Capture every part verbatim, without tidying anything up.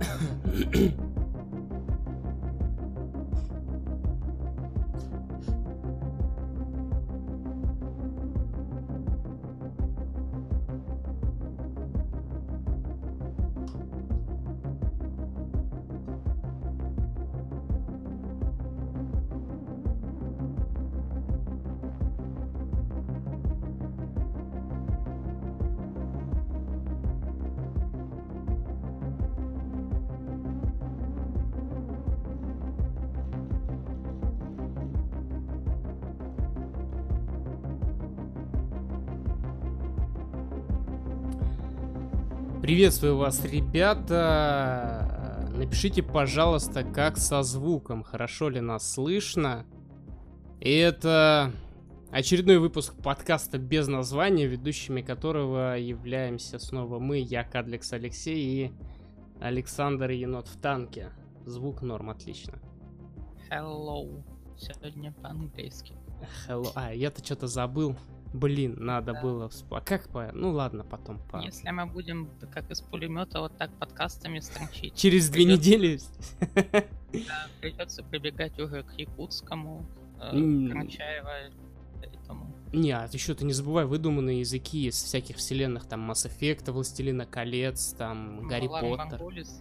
Приветствую вас, ребята. Напишите, пожалуйста, как со звуком, хорошо ли нас слышно. И это очередной выпуск подкаста без названия, ведущими которого являемся снова мы, я, Кадлекс Алексей, и Александр Енот в танке. Звук норм, отлично. Hello. Сегодня по-английски. Hello. А, я-то что-то забыл. Блин, надо да. было... А как по... Ну ладно, потом по... Если мы будем как из пулемета вот так подкастами строчить... Через две придется... недели? Да, придется прибегать уже к якутскому, э, Карачаева и тому. Не, а еще ты не забывай выдуманные языки из всяких вселенных, там, Mass Effect, Властелина колец, там, Гарри Поттер.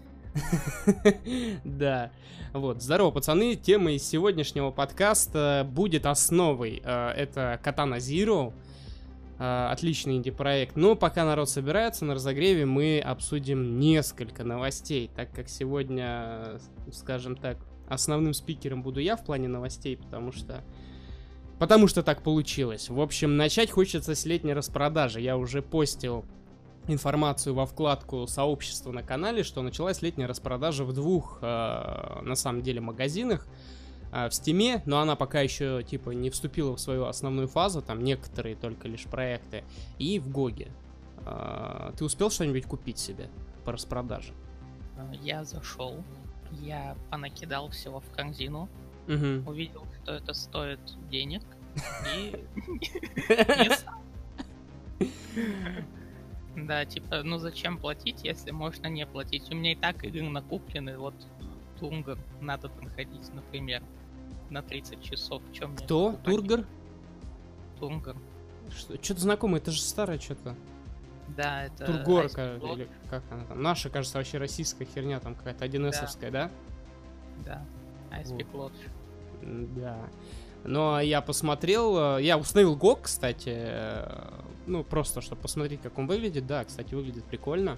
Да. Вот. Здорово, пацаны. Тема из сегодняшнего подкаста будет основой. Это Katana Zero. Отличный инди-проект. Но пока народ собирается, на разогреве мы обсудим несколько новостей. Так как сегодня, скажем так, основным спикером буду я в плане новостей, потому что... Потому что так получилось. В общем, начать хочется с летней распродажи. Я уже постил информацию во вкладку сообщества на канале, что началась летняя распродажа в двух, э, на самом деле, магазинах. Э, в Стиме, но она пока еще, типа, не вступила в свою основную фазу, там некоторые только лишь проекты, и в Гоге. Э, ты успел что-нибудь купить себе по распродаже? Я зашел, я понакидал всего в корзину, угу. увидел, что это стоит денег, и... Да, типа, ну зачем платить, если можно не платить? У меня и так игры накуплены, вот Тургор надо проходить, например, на тридцать часов. Чем Кто? Тургор? Тургор. Что-то знакомое, это же старое что-то. Да, это... Тургорка, или как она там? Наша, кажется, вообще российская херня, там какая-то один эсовская, да? Да, Ice Lodge. Да. Но я посмотрел, я установил гог, кстати, ну, просто, чтобы посмотреть, как он выглядит. Да, кстати, выглядит прикольно.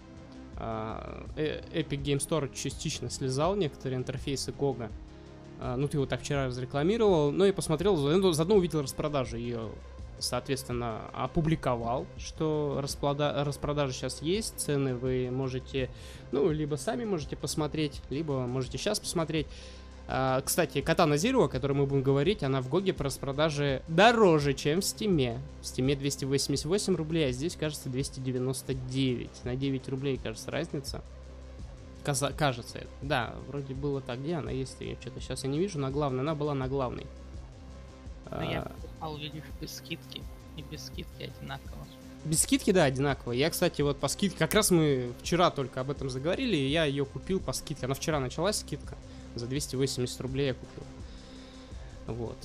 Epic Game Store частично слезал некоторые интерфейсы гога. Ну, ты его так вчера разрекламировал. Но я посмотрел, заодно увидел распродажу. Ее, соответственно, опубликовал, что распрода... распродажа сейчас есть. Цены вы можете, ну, либо сами можете посмотреть, либо можете сейчас посмотреть. Uh, кстати, Katana Zero, о которой мы будем говорить, она в Гоге по распродаже дороже, чем в Стиме. В Стиме двести восемьдесят восемь рублей, а здесь, кажется, двести девяносто девять. На девять рублей, кажется, разница. Каза- кажется это. Да, вроде было так. Где она есть? Я что-то сейчас я не вижу. На главной. Она была на главной. Но uh... я покупал, видишь, без скидки. И без скидки одинаково. Без скидки, да, одинаково. Я, кстати, вот по скидке... Как раз мы вчера только об этом заговорили, и я ее купил по скидке. Она вчера началась, скидка. За двести восемьдесят рублей я купил. Вот.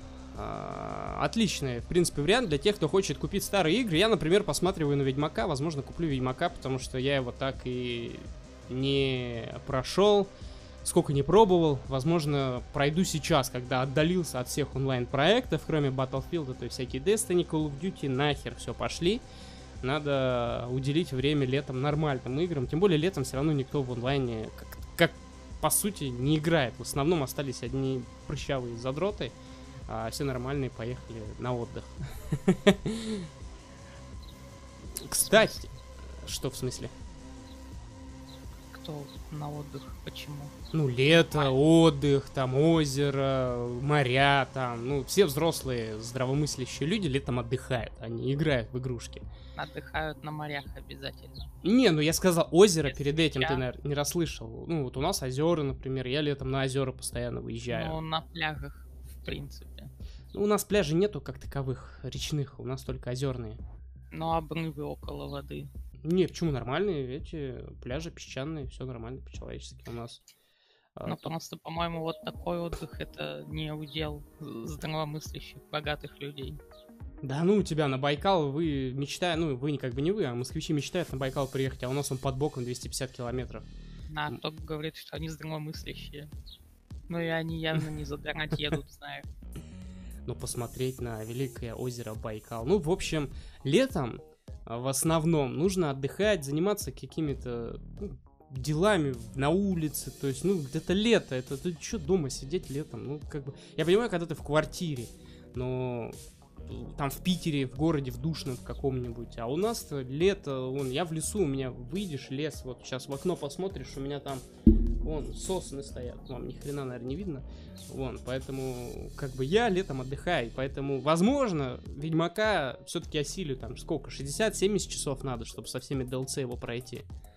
А, отличный, в принципе, вариант для тех, кто хочет купить старые игры. Я, например, посматриваю на Ведьмака. Возможно, куплю Ведьмака, потому что я его так и не прошел. Сколько не пробовал. Возможно, пройду сейчас, когда отдалился от всех онлайн-проектов, кроме Battlefield, то есть всякие Destiny, Call of Duty, нахер все пошли. Надо уделить время летом нормальным играм. Тем более летом все равно никто в онлайне, как, как по сути, не играет. В основном остались одни прыщавые задроты, а все нормальные поехали на отдых. Кстати, что в смысле? Кто на отдых? Почему? Ну, лето, отдых, там, озеро, моря, там, ну, все взрослые, здравомыслящие люди летом отдыхают, они играют в игрушки. Отдыхают на морях обязательно. Не, ну я сказал озеро, Если перед этим я... ты, наверное, не расслышал. Ну, вот у нас озера, например, я летом на озера постоянно выезжаю. Ну, на пляжах, в принципе. Ну, у нас пляжей нету как таковых, речных, у нас только озерные. Ну, обрывы около воды. Не, почему нормальные эти пляжи песчаные, все нормально по-человечески у нас. Ну, просто, по-моему, вот такой отдых — это не удел здравомыслящих, богатых людей. Да ну, у тебя на Байкал, вы мечтаете, ну, вы как бы не вы, а москвичи мечтают на Байкал приехать, а у нас он под боком двести пятьдесят километров. А кто говорит, что они здравомыслящие? Ну и они явно не загорать едут, знаю. Ну, посмотреть на великое озеро Байкал. Ну, в общем, летом в основном нужно отдыхать, заниматься какими-то ну, делами на улице. То есть, ну, это лето, это ты что дома сидеть летом? Ну, как бы, я понимаю, когда ты в квартире, но там в Питере, в городе, в душном в каком-нибудь. А у нас-то лето, вон, я в лесу, у меня выйдешь, лес, вот сейчас в окно посмотришь, у меня там, вон, сосны стоят, вам ни хрена, наверное, не видно. Вон, поэтому, как бы, я летом отдыхаю, поэтому, возможно, Ведьмака все-таки осилю, там, сколько, шестьдесят-семьдесят часов надо, чтобы со всеми ди эл си его пройти.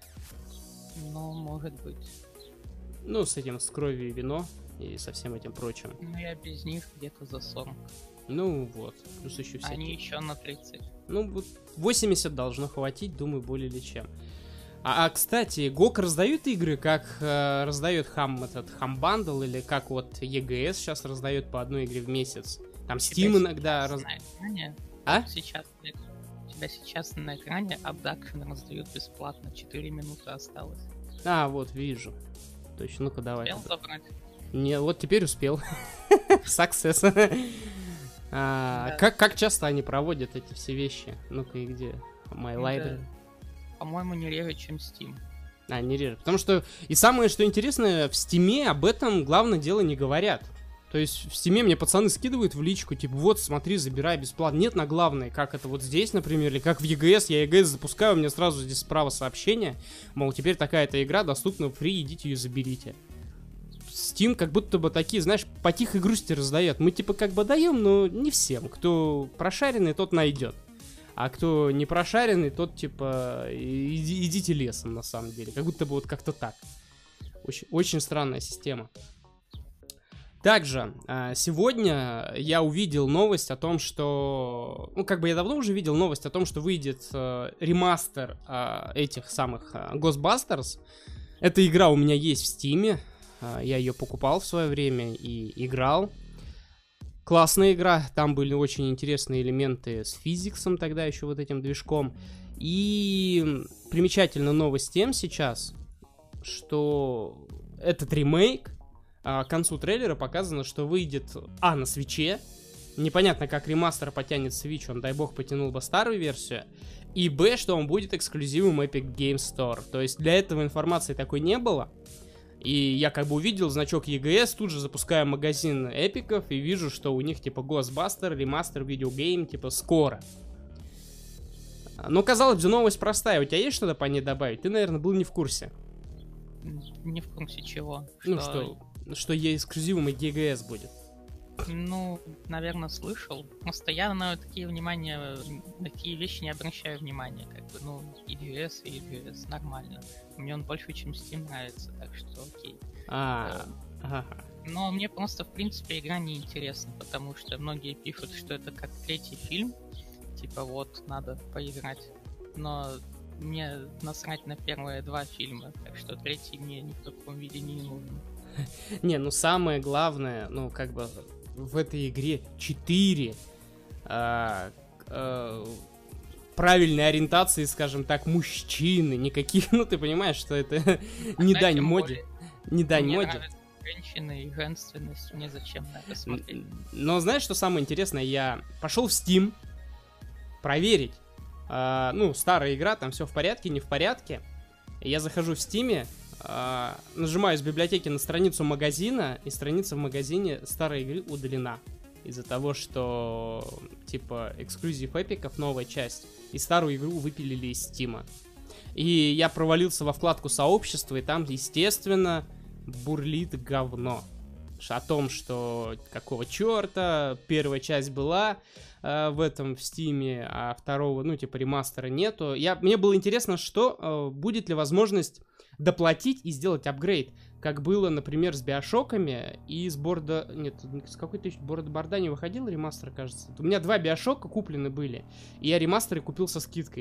Ну, может быть. Ну, с этим, с кровью и вино, и со всем этим прочим. Ну, я без них где-то за сорок. Ну, вот, плюс еще всякие. Они еще на тридцать. Ну, вот восемьдесят должно хватить, думаю, более ли чем. А, а кстати, гок раздают игры, как э, раздает хам этот хам-бандл, или как вот и джи эс сейчас раздает по одной игре в месяц. Там Steam иногда... Раз... Экране, а? Сейчас, у тебя сейчас на экране Abduction раздают бесплатно, четыре минуты осталось. А, вот, вижу. Точно, ну-ка давай. Успел забрать? Не, вот теперь успел. Success. А, да. как, как часто они проводят эти все вещи? Ну-ка, и где? My Library? По-моему, не реже, чем Steam. А, не реже. Потому что... И самое, что интересно, в Steam об этом, главное дело, не говорят. То есть в Steam мне пацаны скидывают в личку, типа, вот, смотри, забирай бесплатно. Нет на главное, как это вот здесь, например, или как в и джи эс. Я и джи эс запускаю, у меня сразу здесь справа сообщение, мол, теперь такая-то игра доступна, фри, идите ее заберите. Steam как будто бы такие, знаешь, по тихой грусти раздает. Мы типа как бы даем, но не всем. Кто прошаренный, тот найдет. А кто не прошаренный, тот типа иди, идите лесом на самом деле. Как будто бы вот как-то так. Очень, очень странная система. Также сегодня я увидел новость о том, что... Ну, как бы я давно уже видел новость о том, что выйдет ремастер этих самых Ghostbusters. Эта игра у меня есть в Steam. Я ее покупал в свое время и играл. Классная игра. Там были очень интересные элементы с физиксом, тогда еще вот этим движком. И примечательна новость тем сейчас, что этот ремейк, к концу трейлера показано, что выйдет а, на свитче. Непонятно, как ремастер потянет Switch, он, дай бог, потянул бы старую версию. И б, что он будет эксклюзивом Epic Games Store. То есть для этого информации такой не было. И я как бы увидел значок и джи эс, тут же запускаю магазин эпиков и вижу, что у них типа Ghostbuster, ремастер, видеогейм, типа скоро. Но казалось бы, новость простая. У тебя есть что-то по ней добавить? Ты, наверное, был не в курсе. Не в курсе чего. Ну что, что, что ей эксклюзивом и джи эс будет. Ну, наверное, слышал. Просто я на такие внимания, на такие вещи не обращаю внимания. Как бы, ну, и джи эс, и джи эс нормально. Мне он больше, чем Steam нравится, так что окей. А, ага. Но мне просто, в принципе, игра не интересна, потому что многие пишут, что это как третий фильм. Типа, вот, надо поиграть. Но мне насрать на первые два фильма, так что третий мне ни в каком виде не нужен. Не, ну самое главное, ну, как бы... В этой игре четыре а, а, правильной ориентации, скажем так, мужчины. Никаких, ну ты понимаешь, что это не дань моде. Не дань моде. Женщины и женственность, мне зачем на это смотреть. Но знаешь, что самое интересное? Я пошел в Steam проверить. А, ну, старая игра, там все в порядке, не в порядке. Я захожу в Steam, Uh, нажимаю из библиотеки на страницу магазина, и страница в магазине старой игры удалена. Из-за того, что, типа, эксклюзив эпиков, новая часть, и старую игру выпилили из Стима. И я провалился во вкладку сообщества, и там, естественно, бурлит говно. О том, что какого черта, первая часть была э, в этом, в Стиме, а второго, ну, типа, ремастера нету. Я, мне было интересно, что э, будет ли возможность доплатить и сделать апгрейд, как было, например, с Биошоками и с Борда... Нет, с какой-то еще Борда Борда не выходил ремастер, кажется. У меня два Биошока куплены были, и я ремастеры купил со скидкой.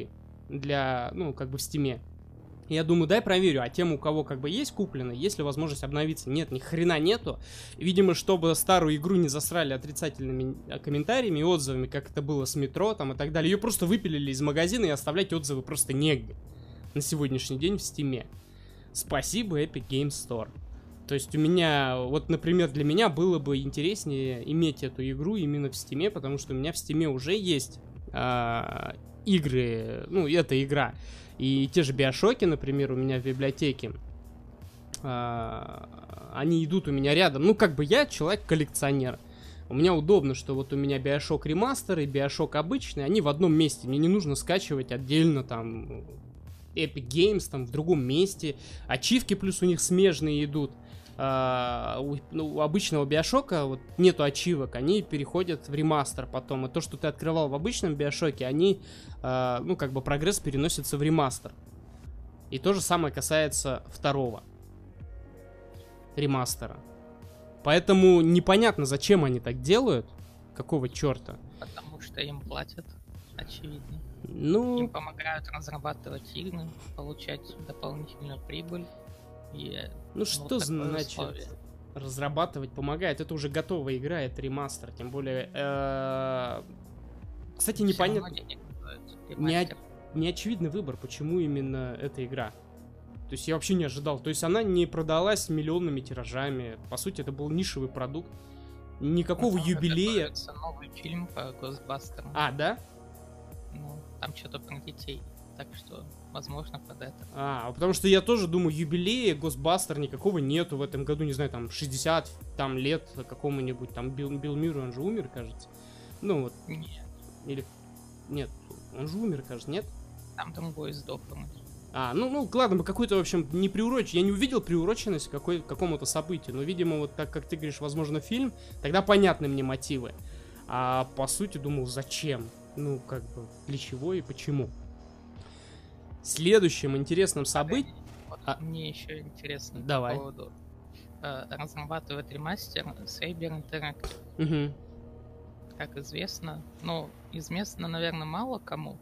для, ну, как бы в Стиме. Я думаю, дай проверю, а тем, у кого как бы есть куплено, есть ли возможность обновиться? Нет, ни хрена нету. Видимо, чтобы старую игру не засрали отрицательными комментариями и отзывами, как это было с метро там и так далее, ее просто выпилили из магазина и оставлять отзывы просто негде на сегодняшний день в Стиме. Спасибо Epic Games Store. То есть у меня, вот, например, для меня было бы интереснее иметь эту игру именно в Стиме, потому что у меня в Стиме уже есть а, игры, ну, эта игра. И те же Биошоки, например, у меня в библиотеке, а, они идут у меня рядом. Ну, как бы я человек-коллекционер. У меня удобно, что вот у меня Биошок ремастер и Биошок обычный, они в одном месте. Мне не нужно скачивать отдельно там Epic Games, там в другом месте. Ачивки плюс у них смежные идут. Uh, у, ну, у обычного Биошока вот нету ачивок, они переходят в ремастер потом. И то, что ты открывал в обычном Биошоке, они, uh, ну, как бы прогресс переносится в ремастер. И то же самое касается второго ремастера. Поэтому непонятно, зачем они так делают. Какого черта? Потому что им платят, очевидно. Ну... Им помогают разрабатывать игры, получать дополнительную прибыль. И, ну, ну что значит условие. Разрабатывать помогает? Это уже готовая игра, это ремастер. Тем более... Э-э- кстати, все непонятно... Не, о- не очевидный выбор, почему именно эта игра. То есть я вообще не ожидал. То есть она не продалась миллионными тиражами. По сути, это был нишевый продукт. Никакого там юбилея... новый фильм по Госбастерам. А, да? Ну, там что-то про детей. Так что, возможно, под это. А, потому что я тоже думаю, юбилея Госбастер никакого нету в этом году, не знаю, там шестьдесят там, лет какому-нибудь, там Билл, Билл Мюррей, он же умер, кажется. Ну вот. Нет. Или... Нет, он же умер, кажется, нет? Там другой сдох. А, ну, ну, ладно, какой-то, в общем, не приурочен. Я не увидел приуроченность какой, к какому-то событию, но, видимо, вот так, как ты говоришь, возможно, фильм, тогда понятны мне мотивы. А по сути, думал, зачем? Ну, как бы, для чего и почему? Следующим интересным событием... Вот а... Мне еще интересно Давай. по поводу... Э, разрабатывает ремастер Saber Interactive. Угу. Как известно, ну, известно, наверное, мало кому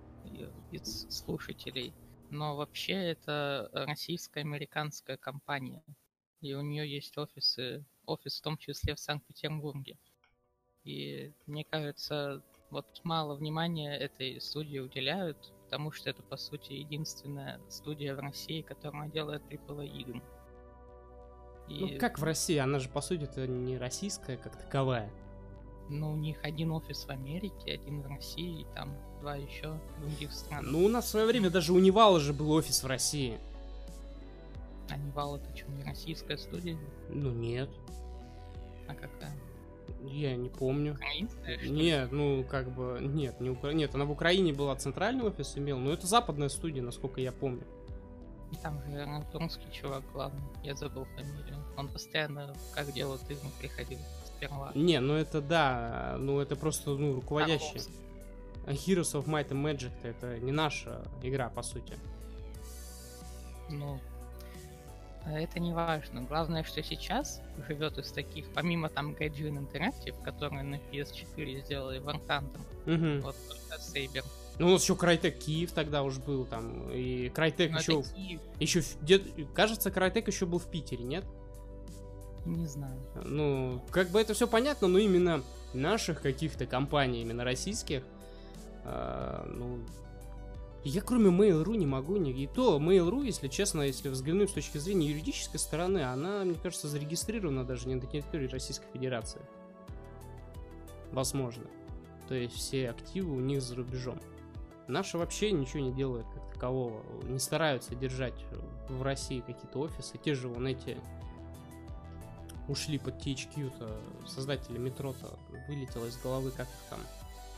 из слушателей, но вообще это российско-американская компания. И у нее есть офисы, офис в том числе в Санкт-Петербурге. И мне кажется, вот мало внимания этой студии уделяют, потому что это, по сути, единственная студия в России, которая делает трипл эй игры. И... Ну, как в России? Она же, по сути, это не российская как таковая. Ну, у них один офис в Америке, один в России, и там два еще в других странах. Ну, у нас в свое время даже у Невала же был офис в России. А Невал это что, не российская студия? Ну, нет. А какая? Я не помню. Украинская, что ли? Нет, ну, как бы, нет, не Укра... нет, она в Украине была, центральный офис имел, но это западная студия, насколько я помню. И там же русский чувак главный, я забыл фамилию. Он постоянно, как делают игры, приходил сперва. Не, ну это да, ну это просто, ну, руководящий. А Heroes of Might and Magic это не наша игра, по сути. Ну, это не важно. Главное, что сейчас живет из таких, помимо там Gaijin Interactive, которые на пи эс четыре сделали War Thunder, Угу. вот только Saber. Ну, у нас еще Crytek Киев тогда уж был там, и Crytek Но еще... это Киев, еще где... Кажется, Crytek еще был в Питере, нет? не знаю. Ну, как бы это все понятно, но именно наших каких-то компаний, именно российских, э, ну, я кроме Mail.ru не могу, не... и то Mail.ru, если честно, если взглянуть с точки зрения юридической стороны, она, мне кажется, зарегистрирована даже не на территории Российской Федерации. Возможно. То есть все активы у них за рубежом. Наши вообще ничего не делают как такового, не стараются держать в России какие-то офисы, те же вон эти... Ушли под ти эйч кью-то, создатели метро-то вылетело из головы, как их там.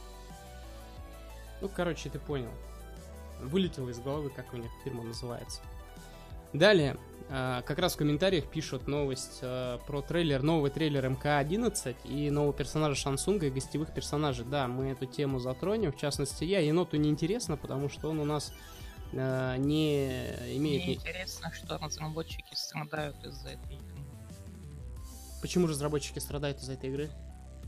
Ну, короче, ты понял. Вылетело из головы, как у них фирма называется. Далее, э, как раз в комментариях пишут новость э, про трейлер, новый трейлер эм ка одиннадцать и нового персонажа Шансунга и гостевых персонажей. Да, мы эту тему затронем. В частности, я еноту не интересно, потому что он у нас э, не имеет... Мне интересно, что разработчики страдают из-за этой игры. Почему разработчики страдают из-за этой игры?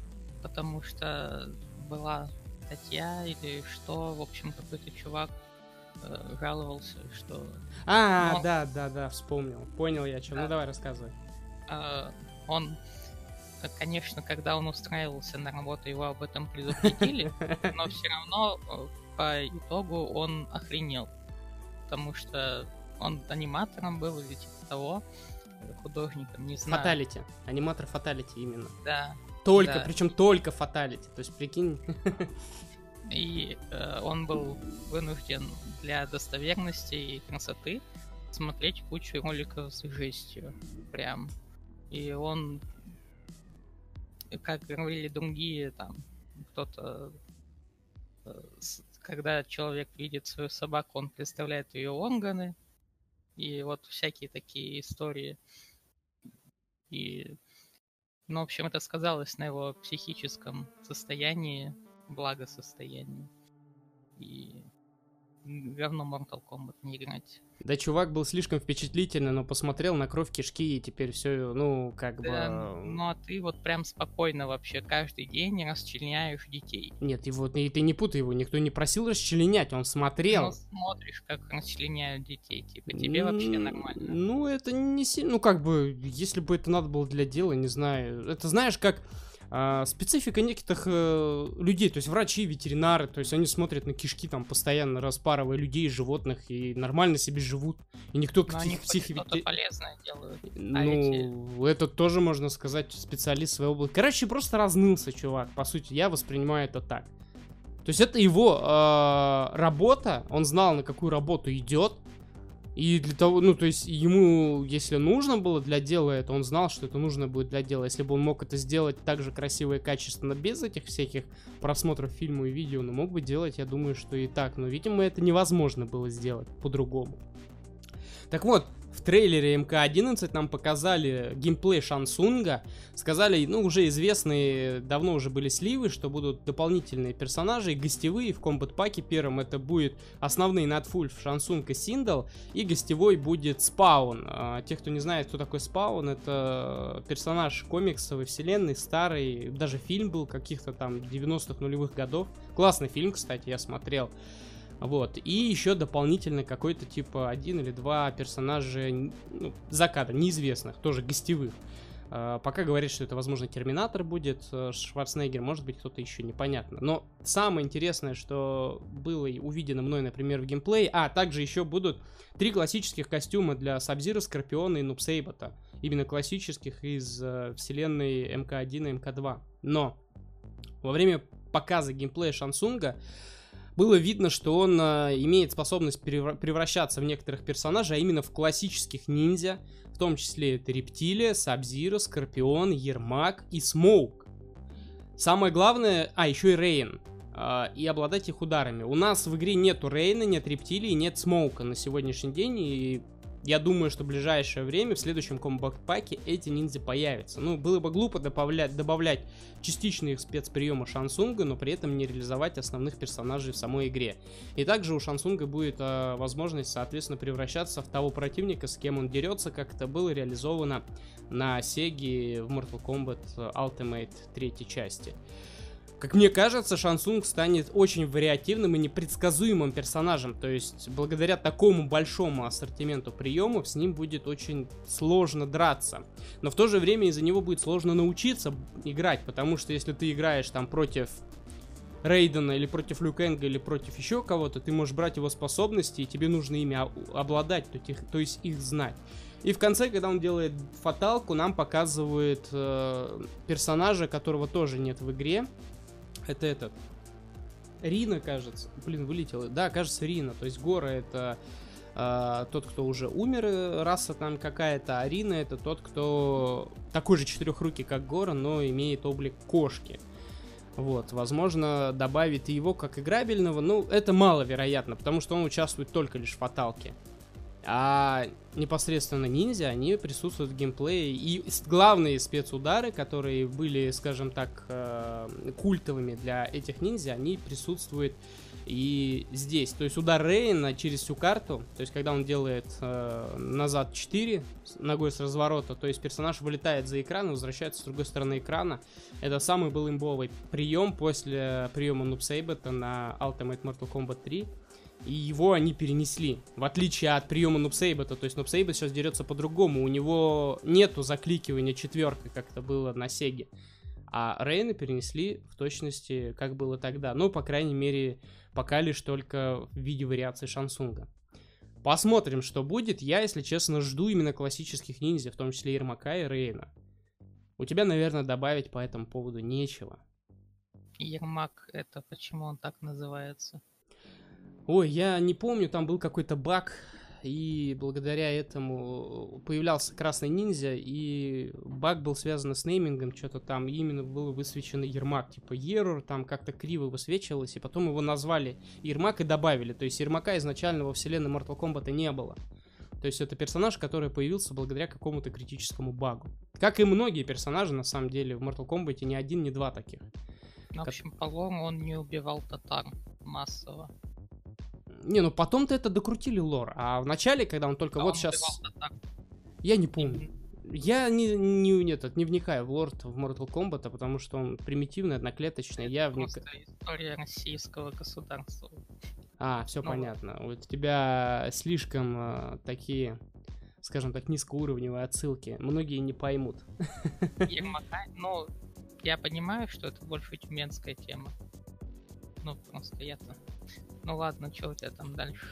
Потому что была статья или что, в общем, какой-то чувак э, жаловался, что... А, Но- да, да, да, вспомнил. Понял я, что. Да. Ну давай рассказывай. э, он, э, конечно, когда он устраивался на работу, его об этом предупредили, но все равно э, по итогу он охренел, потому что он аниматором был или типа того, э, художником, не знаю. Фаталити. Аниматор фаталити именно. Да. Только, Да. причем только фаталити. То есть, прикинь. И э, он был вынужден для достоверности и красоты смотреть кучу роликов с жестью. Прям. И он, как говорили другие, там, кто-то, э, с- когда человек видит свою собаку, он представляет ее органы. И вот всякие такие истории. И, ну, в общем, это сказалось на его психическом состоянии, благосостоянии. И говно Mortal Kombat не играть. Да, чувак был слишком впечатлительный, но посмотрел на кровь кишки, и теперь все, ну, как Да, бы... ну а ты вот прям спокойно вообще каждый день расчленяешь детей. Нет, и вот и ты не путай его, никто не просил расчленять, он смотрел. Ну, смотришь, как расчленяют детей, типа, тебе вообще М, нормально. Ну, это не сильно... Ну, как бы, если бы это надо было для дела, не знаю. Это, знаешь, как а, специфика неких э, людей, то есть врачи, ветеринары, то есть они смотрят на кишки, там, постоянно распарывая людей, животных, и нормально себе живут. И никто Но они каких хоть психи... что-то полезное делают. Ну, это тоже, можно сказать, специалист своей области. Короче, просто разнылся, чувак. По сути, я воспринимаю это так. То есть это его э, работа, он знал, на какую работу идет. И для того, ну, то есть ему, если нужно было для дела это, он знал, что это нужно будет для дела. Если бы он мог это сделать так же красиво и качественно, без этих всяких просмотров фильма и видео, но мог бы делать, я думаю, что и так. Но, видимо, это невозможно было сделать по-другому. Так вот, в трейлере эм ка одиннадцать нам показали геймплей Шансунга. Сказали, ну, уже известные, давно уже были сливы, что будут дополнительные персонажи, гостевые в комбат-паке. Первым это будет основные Надфульф, Шансунг и Синдал. И гостевой будет Спаун. А, те, кто не знает, кто такой Спаун, это персонаж комиксовой вселенной, старый. Даже фильм был каких-то там девяностых нулевых годов. Классный фильм, кстати, я смотрел. Вот, и еще дополнительно какой-то типа один или два персонажа, ну, заката, неизвестных, тоже гостевых. А, пока говорят, что это, возможно, Терминатор будет, Шварценеггер, может быть, кто-то еще, непонятно. Но самое интересное, что было увидено мной, например, в геймплее, а также еще будут три классических костюма для Сабзира, Скорпиона и Нубсейбата. Именно классических из э, вселенной эм ка один и эм ка два. Но во время показа геймплея Шансунга было видно, что он э, имеет способность перевра- превращаться в некоторых персонажей, а именно в классических ниндзя. В том числе это Рептилия, Сабзиро, Скорпион, Ермак и Смоук. Самое главное... А, еще и Рейн. Э, и обладать их ударами. У нас в игре нету Рейна, нет Рептилии, нет Смоука на сегодняшний день. И я думаю, что в ближайшее время, в следующем комбат-паке, эти ниндзя появятся. Ну, было бы глупо добавлять, добавлять частичные их спецприемы Шансунга, но при этом не реализовать основных персонажей в самой игре. И также у Шансунга будет э, возможность, соответственно, превращаться в того противника, с кем он дерется, как это было реализовано на Сеге в Mortal Kombat Ultimate третьей части. Как мне кажется, Шансунг станет очень вариативным и непредсказуемым персонажем. То есть, благодаря такому большому ассортименту приемов, с ним будет очень сложно драться. Но в то же время из-за него будет сложно научиться играть. Потому что если ты играешь там против Рейдена или против Лю Кэнга или против еще кого-то, ты можешь брать его способности, и тебе нужно ими обладать, то, их, то есть их знать. И в конце, когда он делает фаталку, нам показывают э, персонажа, которого тоже нет в игре. Это этот Рина, кажется. Блин, вылетел. Да, кажется, Рина. То есть Гора это э, тот, кто уже умер, раса там какая-то, а Рина это тот, кто такой же четырехрукий, как Гора, но имеет облик кошки. Вот, возможно, добавить его как играбельного, ну, это маловероятно, потому что он участвует только лишь в фаталке. А непосредственно ниндзя, они присутствуют в геймплее. И главные спецудары, которые были, скажем так, культовыми для этих ниндзя, они присутствуют и здесь. То есть удар Рейна через всю карту, то есть когда он делает э, назад четыре ногой с разворота, то есть персонаж вылетает за экран и возвращается с другой стороны экрана. Это самый был имбовый прием после приема Нубсейбета на Ultimate Mortal Kombat три. И его они перенесли. В отличие от приема Нубсейбата. То есть Нубсейбат сейчас дерется по-другому. У него нету закликивания четверкой, как это было на Сеге. А Рейна перенесли в точности, как было тогда. Ну, по крайней мере, пока лишь только в виде вариации Шансунга. Посмотрим, что будет. Я, если честно, жду именно классических ниндзя, в том числе Ермака и Рейна. У тебя, наверное, добавить по этому поводу нечего. Ермак, это почему он так называется? Ой, я не помню, там был какой-то баг, и благодаря этому появлялся красный ниндзя, и баг был связан с неймингом, что-то там именно был высвечен Ермак, типа Ерор, там как-то криво высвечивалось, и потом его назвали Ермак и добавили, то есть Ермака изначально во вселенной Mortal Kombat не было. То есть это персонаж, который появился благодаря какому-то критическому багу. Как и многие персонажи, на самом деле, в Mortal Kombat ни один, ни два таких. В общем, по-моему, он не убивал татар массово. Не, ну потом-то это докрутили лор, а в начале, когда он только а вот он сейчас... Татар. Я не помню. Я не, не, не, этот, не вникаю в лор в Mortal Kombat, потому что он примитивный, одноклеточный. Это я просто вник... история российского государства. А, все ну, понятно. Вот у тебя слишком э, такие, скажем так, низкоуровневые отсылки. Многие не поймут. Ермака, ну, я понимаю, что это больше тюменская тема. Ну, просто я-то... Ну ладно, что у тебя там дальше?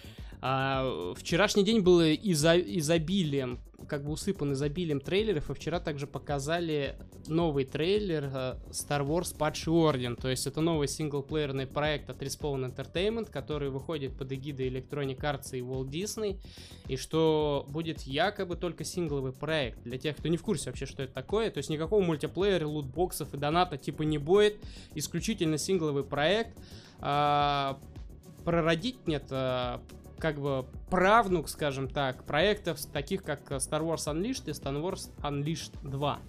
А, вчерашний день был изо- изобилием, как бы усыпан изобилием трейлеров, и вчера также показали новый трейлер Star Wars Падший Орден, то есть это новый синглплеерный проект от Respawn Entertainment, который выходит под эгидой Electronic Arts и Walt Disney, и что будет якобы только сингловый проект. Для тех, кто не в курсе вообще, что это такое, то есть никакого мультиплеера, лутбоксов и доната типа не будет, исключительно сингловый проект. А, прородить нет... как бы правнук, скажем так, проектов таких как Star Wars Unleashed и Star Wars Unleashed два.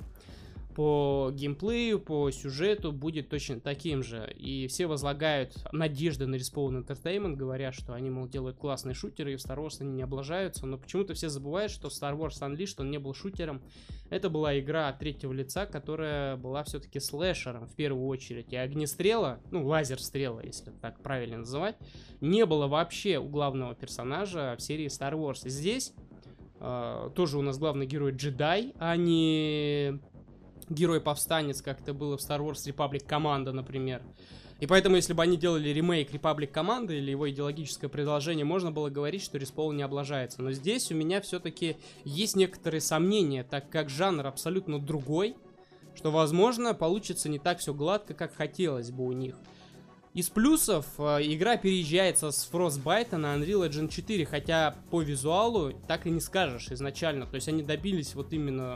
По геймплею, по сюжету будет точно таким же. И все возлагают надежды на Respawn Entertainment, говоря, что они, мол, делают классные шутеры, и в Star Wars они не облажаются. Но почему-то все забывают, что Star Wars Unleashed, он не был шутером. Это была игра от третьего лица, которая была все-таки слэшером в первую очередь. И огнестрела, ну, лазер-стрела, если так правильно называть, не было вообще у главного персонажа в серии Star Wars. И здесь э, тоже у нас главный герой джедай, а не... герой-повстанец, как это было в Star Wars Republic Commando, например. И поэтому, если бы они делали ремейк Republic Commando или его идеологическое продолжение, можно было говорить, что Respawn не облажается. Но здесь у меня все-таки есть некоторые сомнения, так как жанр абсолютно другой, что, возможно, получится не так все гладко, как хотелось бы у них. Из плюсов, э, игра переезжается с Frostbite на Unreal Engine четыре, хотя по визуалу так и не скажешь изначально. То есть они добились вот именно...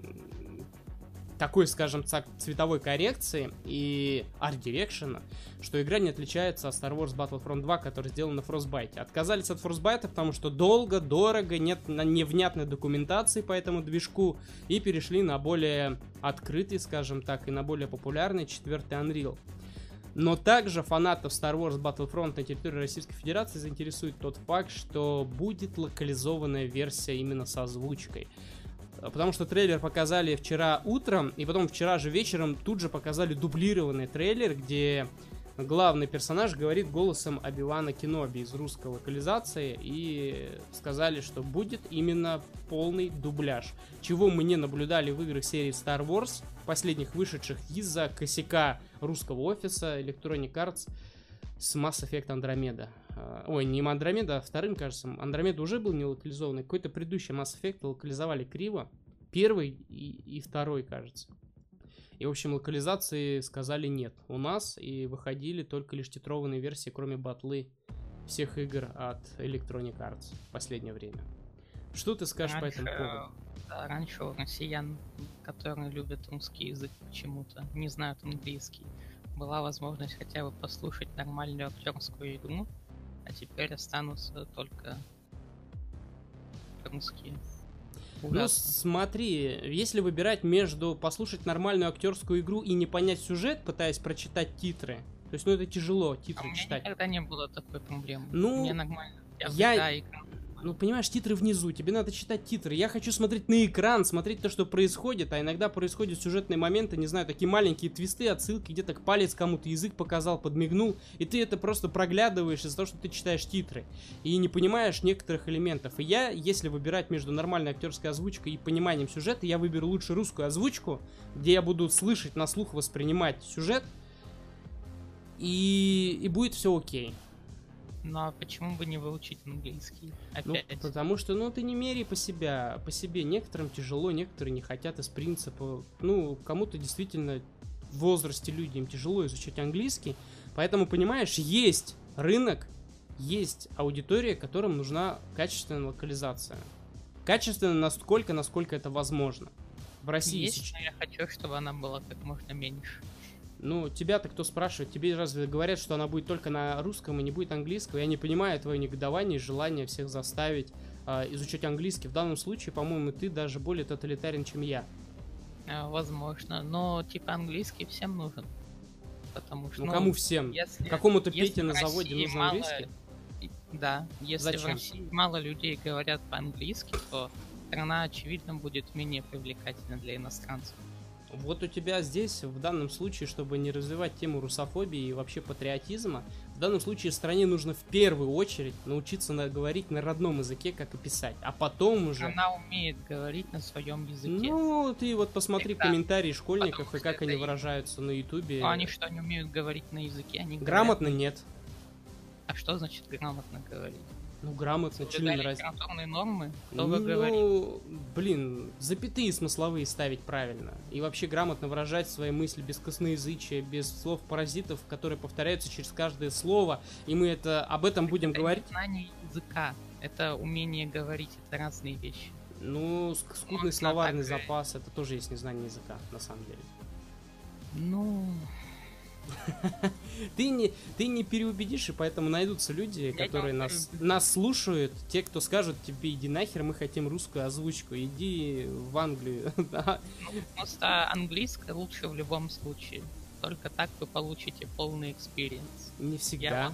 такой, скажем так, цветовой коррекции и арт-дирекшена, что игра не отличается от Star Wars Battlefront два, который сделан на Frostbite. Отказались от Frostbite, потому что долго, дорого, нет невнятной документации по этому движку, и перешли на более открытый, скажем так, и на более популярный четвертый Unreal. Но также фанатов Star Wars Battlefront на территории Российской Федерации заинтересует тот факт, что будет локализованная версия именно с озвучкой. Потому что трейлер показали вчера утром, и потом вчера же вечером тут же показали дублированный трейлер, где главный персонаж говорит голосом Оби-Вана Кеноби из русской локализации, и сказали, что будет именно полный дубляж, чего мы не наблюдали в играх серии Star Wars, последних вышедших из-за косяка русского офиса Electronic Arts с Mass Effect Andromeda. Ой, не Andromeda, а вторым, кажется. Andromeda уже был не локализованный. Какой-то предыдущий Mass Effect локализовали криво. Первый и, и второй, кажется. И, в общем, локализации сказали нет у нас. И выходили только лишь титрованные версии, кроме батлы всех игр от Electronic Arts в последнее время. Что ты скажешь раньше, по этому поводу? Да, раньше у россиян, которые любят русский язык почему-то, не знают английский, была возможность хотя бы послушать нормальную актерскую игру, а теперь останутся только русские. Ужасно. Ну, смотри, если выбирать между послушать нормальную актерскую игру и не понять сюжет, пытаясь прочитать титры, то есть, ну, это тяжело, титры а читать. У меня никогда не было такой проблемы. Ну, мне нормально. Я, я, Ну, понимаешь, титры внизу, тебе надо читать титры. Я хочу смотреть на экран, смотреть то, что происходит, а иногда происходят сюжетные моменты, не знаю, такие маленькие твисты, отсылки, где-то палец кому-то язык показал, подмигнул, и ты это просто проглядываешь из-за того, что ты читаешь титры, и не понимаешь некоторых элементов. И я, если выбирать между нормальной актерской озвучкой и пониманием сюжета, я выберу лучше русскую озвучку, где я буду слышать, на слух воспринимать сюжет, и, и будет все окей. Ну а почему бы не выучить английский? Ну, Опять. потому что, ну, ты не меряй по себя, по себе. Некоторым тяжело, некоторые не хотят из принципа. Ну, кому-то действительно в возрасте люди, им тяжело изучать английский. Поэтому, понимаешь, есть рынок, есть аудитория, которым нужна качественная локализация. Качественно настолько, насколько это возможно. В России Есть, сейчас... но я хочу, чтобы она была как можно меньше. Ну, тебя-то кто спрашивает? Тебе разве говорят, что она будет только на русском и не будет английского? Я не понимаю твое негодование и желание всех заставить э, изучать английский. В данном случае, по-моему, ты даже более тоталитарен, чем я. А, возможно, но типа английский всем нужен. Потому что, Ну, ну, кому всем? если, Какому-то если Пете в на заводе России нужен мало- английский? Да, если Зачем? в России мало людей говорят по-английски, то страна, очевидно, будет менее привлекательна для иностранцев. Вот у тебя здесь, в данном случае, чтобы не развивать тему русофобии и вообще патриотизма, в данном случае стране нужно в первую очередь научиться на, говорить на родном языке, как и писать, а потом уже... Она умеет говорить на своем языке. Ну, ты вот посмотри Всегда. комментарии школьников Потому и как что они это и- выражаются на ютубе. Но они что, не умеют говорить на языке? Они говорят- Грамотно нет. А что значит грамотно говорить? Ну, грамотно, что Соблюдать не раз... литературные нормы? Кто бы говорит? Ну, блин, запятые смысловые ставить правильно. И вообще грамотно выражать свои мысли без косноязычия, без слов-паразитов, которые повторяются через каждое слово. И мы это об этом будем Это говорить. не знание языка, это умение говорить, это разные вещи. Ну, ск- скудный Можно словарный так, э, запас, это тоже есть незнание языка, на самом деле. Ну, Ты не, ты не переубедишь, и поэтому найдутся люди, Я которые не нас, переубедил. нас слушают, те, кто скажут тебе, иди нахер, мы хотим русскую озвучку, иди в Англию. Да. просто английское лучше в любом случае. Только так вы получите полный экспириенс. Не всегда.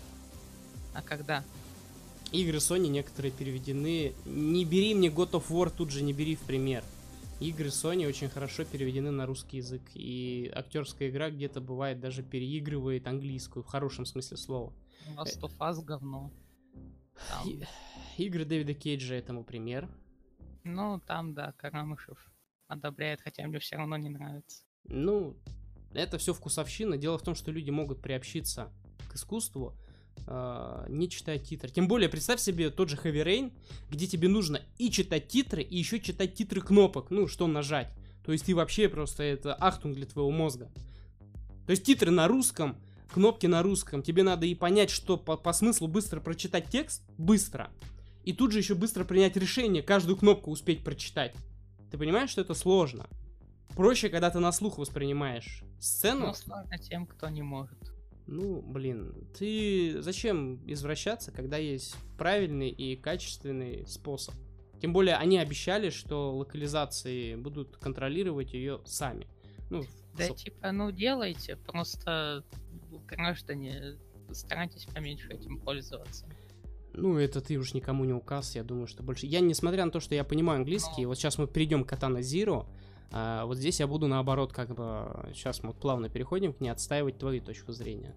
А когда? Игры Sony некоторые переведены. Не бери мне God of War, тут же не бери в пример. Игры Sony очень хорошо переведены на русский язык. И актерская игра где-то бывает даже переигрывает английскую, в хорошем смысле слова. Last of Us говно. Там, И- Игры Дэвида Кейджа этому пример. ну, там, да, Карамышев одобряет, хотя мне все равно не нравится. Ну, это все вкусовщина. Дело в том, что люди могут приобщиться к искусству, э, не читая титры. Тем более, представь себе тот же Heavy Rain, где тебе нужно и читать титры, и еще читать титры кнопок, ну, что нажать. То есть ты вообще просто это ахтунг для твоего мозга. То есть титры на русском, кнопки на русском. Тебе надо и понять, что по, по смыслу быстро прочитать текст, быстро. И тут же еще быстро принять решение, каждую кнопку успеть прочитать. Ты понимаешь, что это сложно? Проще, когда ты на слух воспринимаешь сцену. Ну, сложно тем, кто не может. Ну, блин, ты зачем извращаться, когда есть правильный и качественный способ? Тем более, они обещали, что локализации будут контролировать ее сами. Ну, Да, со- типа, ну, делайте, просто граждане, старайтесь поменьше этим пользоваться. ну, это ты уж никому не указ, я думаю, что больше... Я, несмотря на то, что я понимаю английский, Ну. вот сейчас мы перейдем к Katana Zero, а, вот здесь я буду наоборот, как бы, сейчас мы вот плавно переходим к ней, отстаивать твою точку зрения.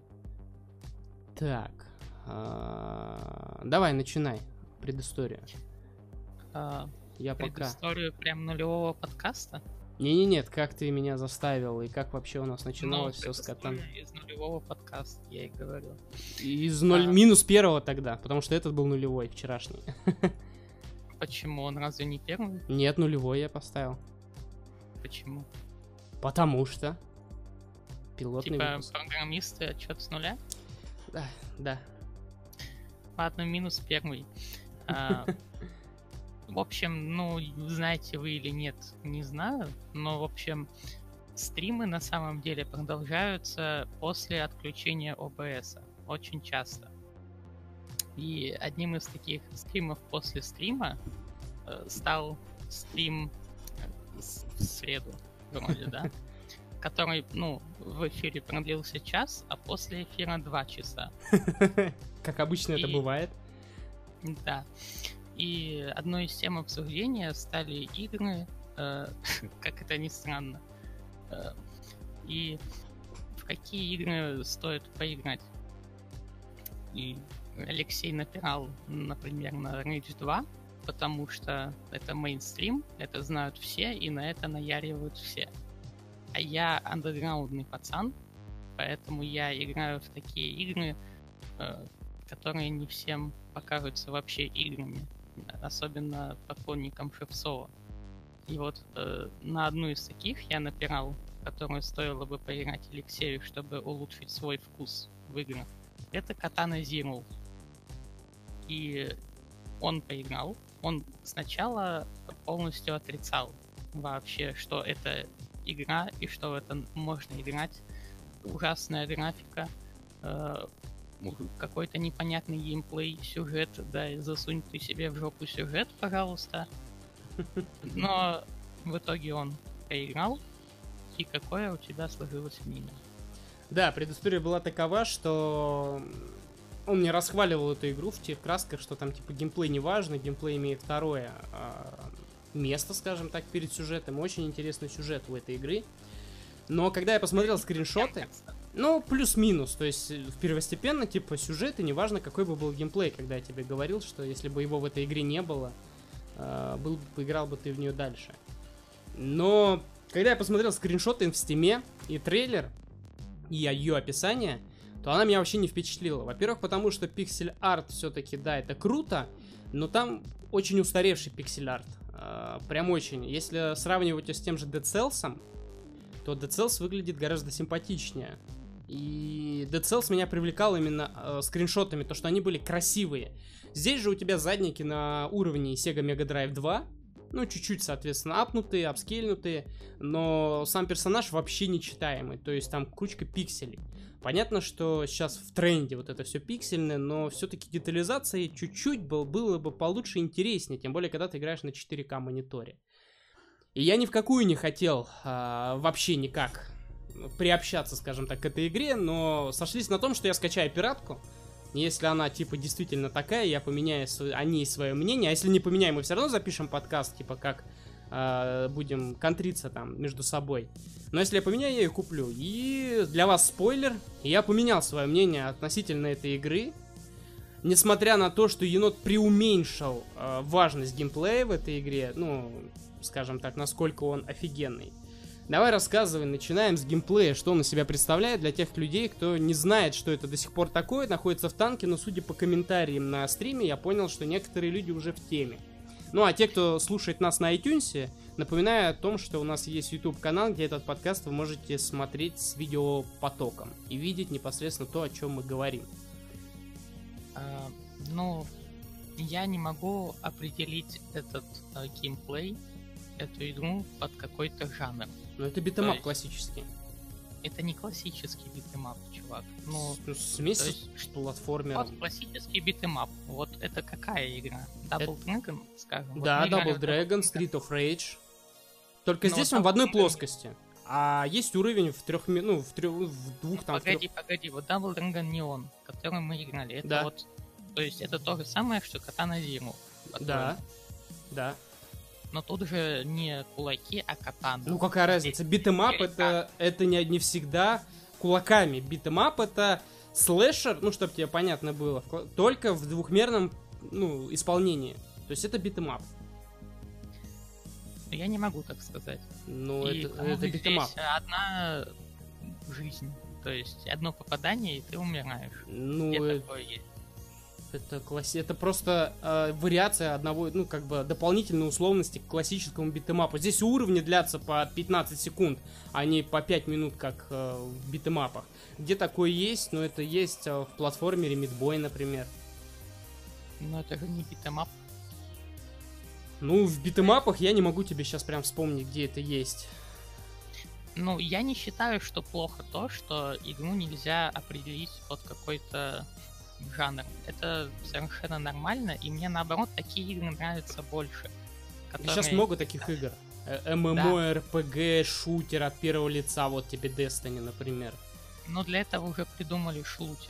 Так, а, давай, начинай, предыстория. А, Я пока... предысторию прям нулевого подкаста. Не-не, нет, как ты меня заставил, и как вообще у нас начиналось Ну, все с Катан. предыстория из нулевого подкаста, я и говорю. Из ноль... А. минус первого тогда, потому что этот был нулевой, вчерашний. Почему? Он разве не первый? Нет, нулевой я поставил. Почему? Потому что... Пилотный Типа, выпуск. программисты отчет с нуля? Да, да. Ладно, минус первый. А, в общем, ну, знаете вы или нет, не знаю. Но, в общем, стримы на самом деле продолжаются после отключения о бэ эс. Очень часто. И одним из таких стримов после стрима э, стал стрим э, с- в среду, вроде, да? Который, ну, в эфире продлился час, а после эфира два часа. Как обычно это И- бывает. Да. И одной из тем обсуждения стали игры, э, как это ни странно. Э, и в какие игры стоит поиграть. И Алексей напирал, например, на Rage два, потому что это мейнстрим, это знают все, и на это наяривают все. А я андерграундный пацан, поэтому я играю в такие игры, э, которые не всем покажутся вообще играми, особенно поклонникам Шефцова. И вот э, на одну из таких я напирал, которую стоило бы поиграть Алексею, чтобы улучшить свой вкус в играх. Это Katana Zero. И он поиграл. Он сначала полностью отрицал вообще, что это игра и что в это можно играть. Ужасная графика, э, какой-то непонятный геймплей, сюжет, да, засунь ты себе в жопу сюжет, пожалуйста. Но в итоге он поиграл. И какое у тебя сложилось мнение? Да, предыстория была такова, что он мне расхваливал эту игру в тех красках, что там типа геймплей не важно, геймплей имеет второе а, место, скажем так, перед сюжетом. Очень интересный сюжет у этой игры. Но когда я посмотрел скриншоты, ну, плюс-минус, то есть первостепенно, типа, сюжет, и неважно, какой бы был геймплей, когда я тебе говорил, что если бы его в этой игре не было, а, был, поиграл бы ты в нее дальше. Но когда я посмотрел скриншоты в стиме и трейлер, и ее описание, то она меня вообще не впечатлила. Во-первых, потому что пиксель-арт все-таки, да, это круто, но там очень устаревший пиксель-арт. Э, прям очень. Если сравнивать ее с тем же Dead Cells, то Dead Cells выглядит гораздо симпатичнее. И Dead Cells меня привлекал именно э, скриншотами, то, что они были красивые. Здесь же у тебя задники на уровне Sega Mega Drive два. Ну, чуть-чуть, соответственно, апнутые, апскейльнутые, но сам персонаж вообще нечитаемый, то есть там кучка пикселей. Понятно, что сейчас в тренде вот это все пиксельное, но все-таки детализация чуть-чуть был, было бы получше и интереснее, тем более, когда ты играешь на четыре ка мониторе. И я ни в какую не хотел а, вообще никак приобщаться, скажем так, к этой игре, но сошлись на том, что я скачаю пиратку. Если она, типа, действительно такая, я поменяю о ней свое мнение. А если не поменяем, мы все равно запишем подкаст, типа, как э, будем контриться там между собой. Но если я поменяю, я ее куплю. И для вас спойлер, я поменял свое мнение относительно этой игры. Несмотря на то, что енот преуменьшил э, важность геймплея в этой игре, ну, скажем так, насколько он офигенный. Давай рассказывай, начинаем с геймплея, что он из себя представляет для тех людей, кто не знает, что это до сих пор такое, находится в танке, но судя по комментариям на стриме, я понял, что некоторые люди уже в теме. Ну а те, кто слушает нас на iTunes, напоминаю о том, что у нас есть YouTube-канал, где этот подкаст вы можете смотреть с видеопотоком и видеть непосредственно то, о чем мы говорим. А, ну, я не могу определить этот а, геймплей, эту игру под какой-то жанр. Ну это битэмап классический. Это не классический битэмап, чувак. Ну, ну смесь с платформером. Вот классический битэмап. Вот это какая игра? Double это... Dragon, скажем? Да, вот Double Dragon, Street of Rage. Только но здесь он в одной плоскости. А есть уровень в трех, ну, в, трех, в двух там. Погоди, в трех... погоди, вот Double Dragon Neon, который мы играли, это да. вот, то есть это то же самое, что Katana Zero. Да, да. Но тут же не кулаки, а катаны. Ну какая разница? Битэмап это, это не, не всегда кулаками. Битэмап это слэшер, ну чтобы тебе понятно было, только в двухмерном ну, исполнении. То есть это битэмап. Я не могу так сказать. Ну и это, это битэмап. Одна жизнь, то есть одно попадание и ты умираешь. Ну Где это... такое есть? Это, класси... это просто э, вариация одного, ну, как бы, дополнительной условности к классическому битэмапу. Здесь уровни длятся по пятнадцать секунд, а не по пять минут, как э, в битэмапах. Где такое есть? Ну, это есть э, в платформере Мидбой, например. Но это же не битэмап. Ну, в битэмапах я не могу тебе сейчас прям вспомнить, где это есть. Ну, я не считаю, что плохо то, что игру нельзя определить под какой-то жанр. Это совершенно нормально, и мне наоборот такие игры нравятся больше. Которые... Сейчас много таких игр. ММО-РПГ, шутер от первого лица, вот тебе Destiny, например. Но для этого уже придумали шутер.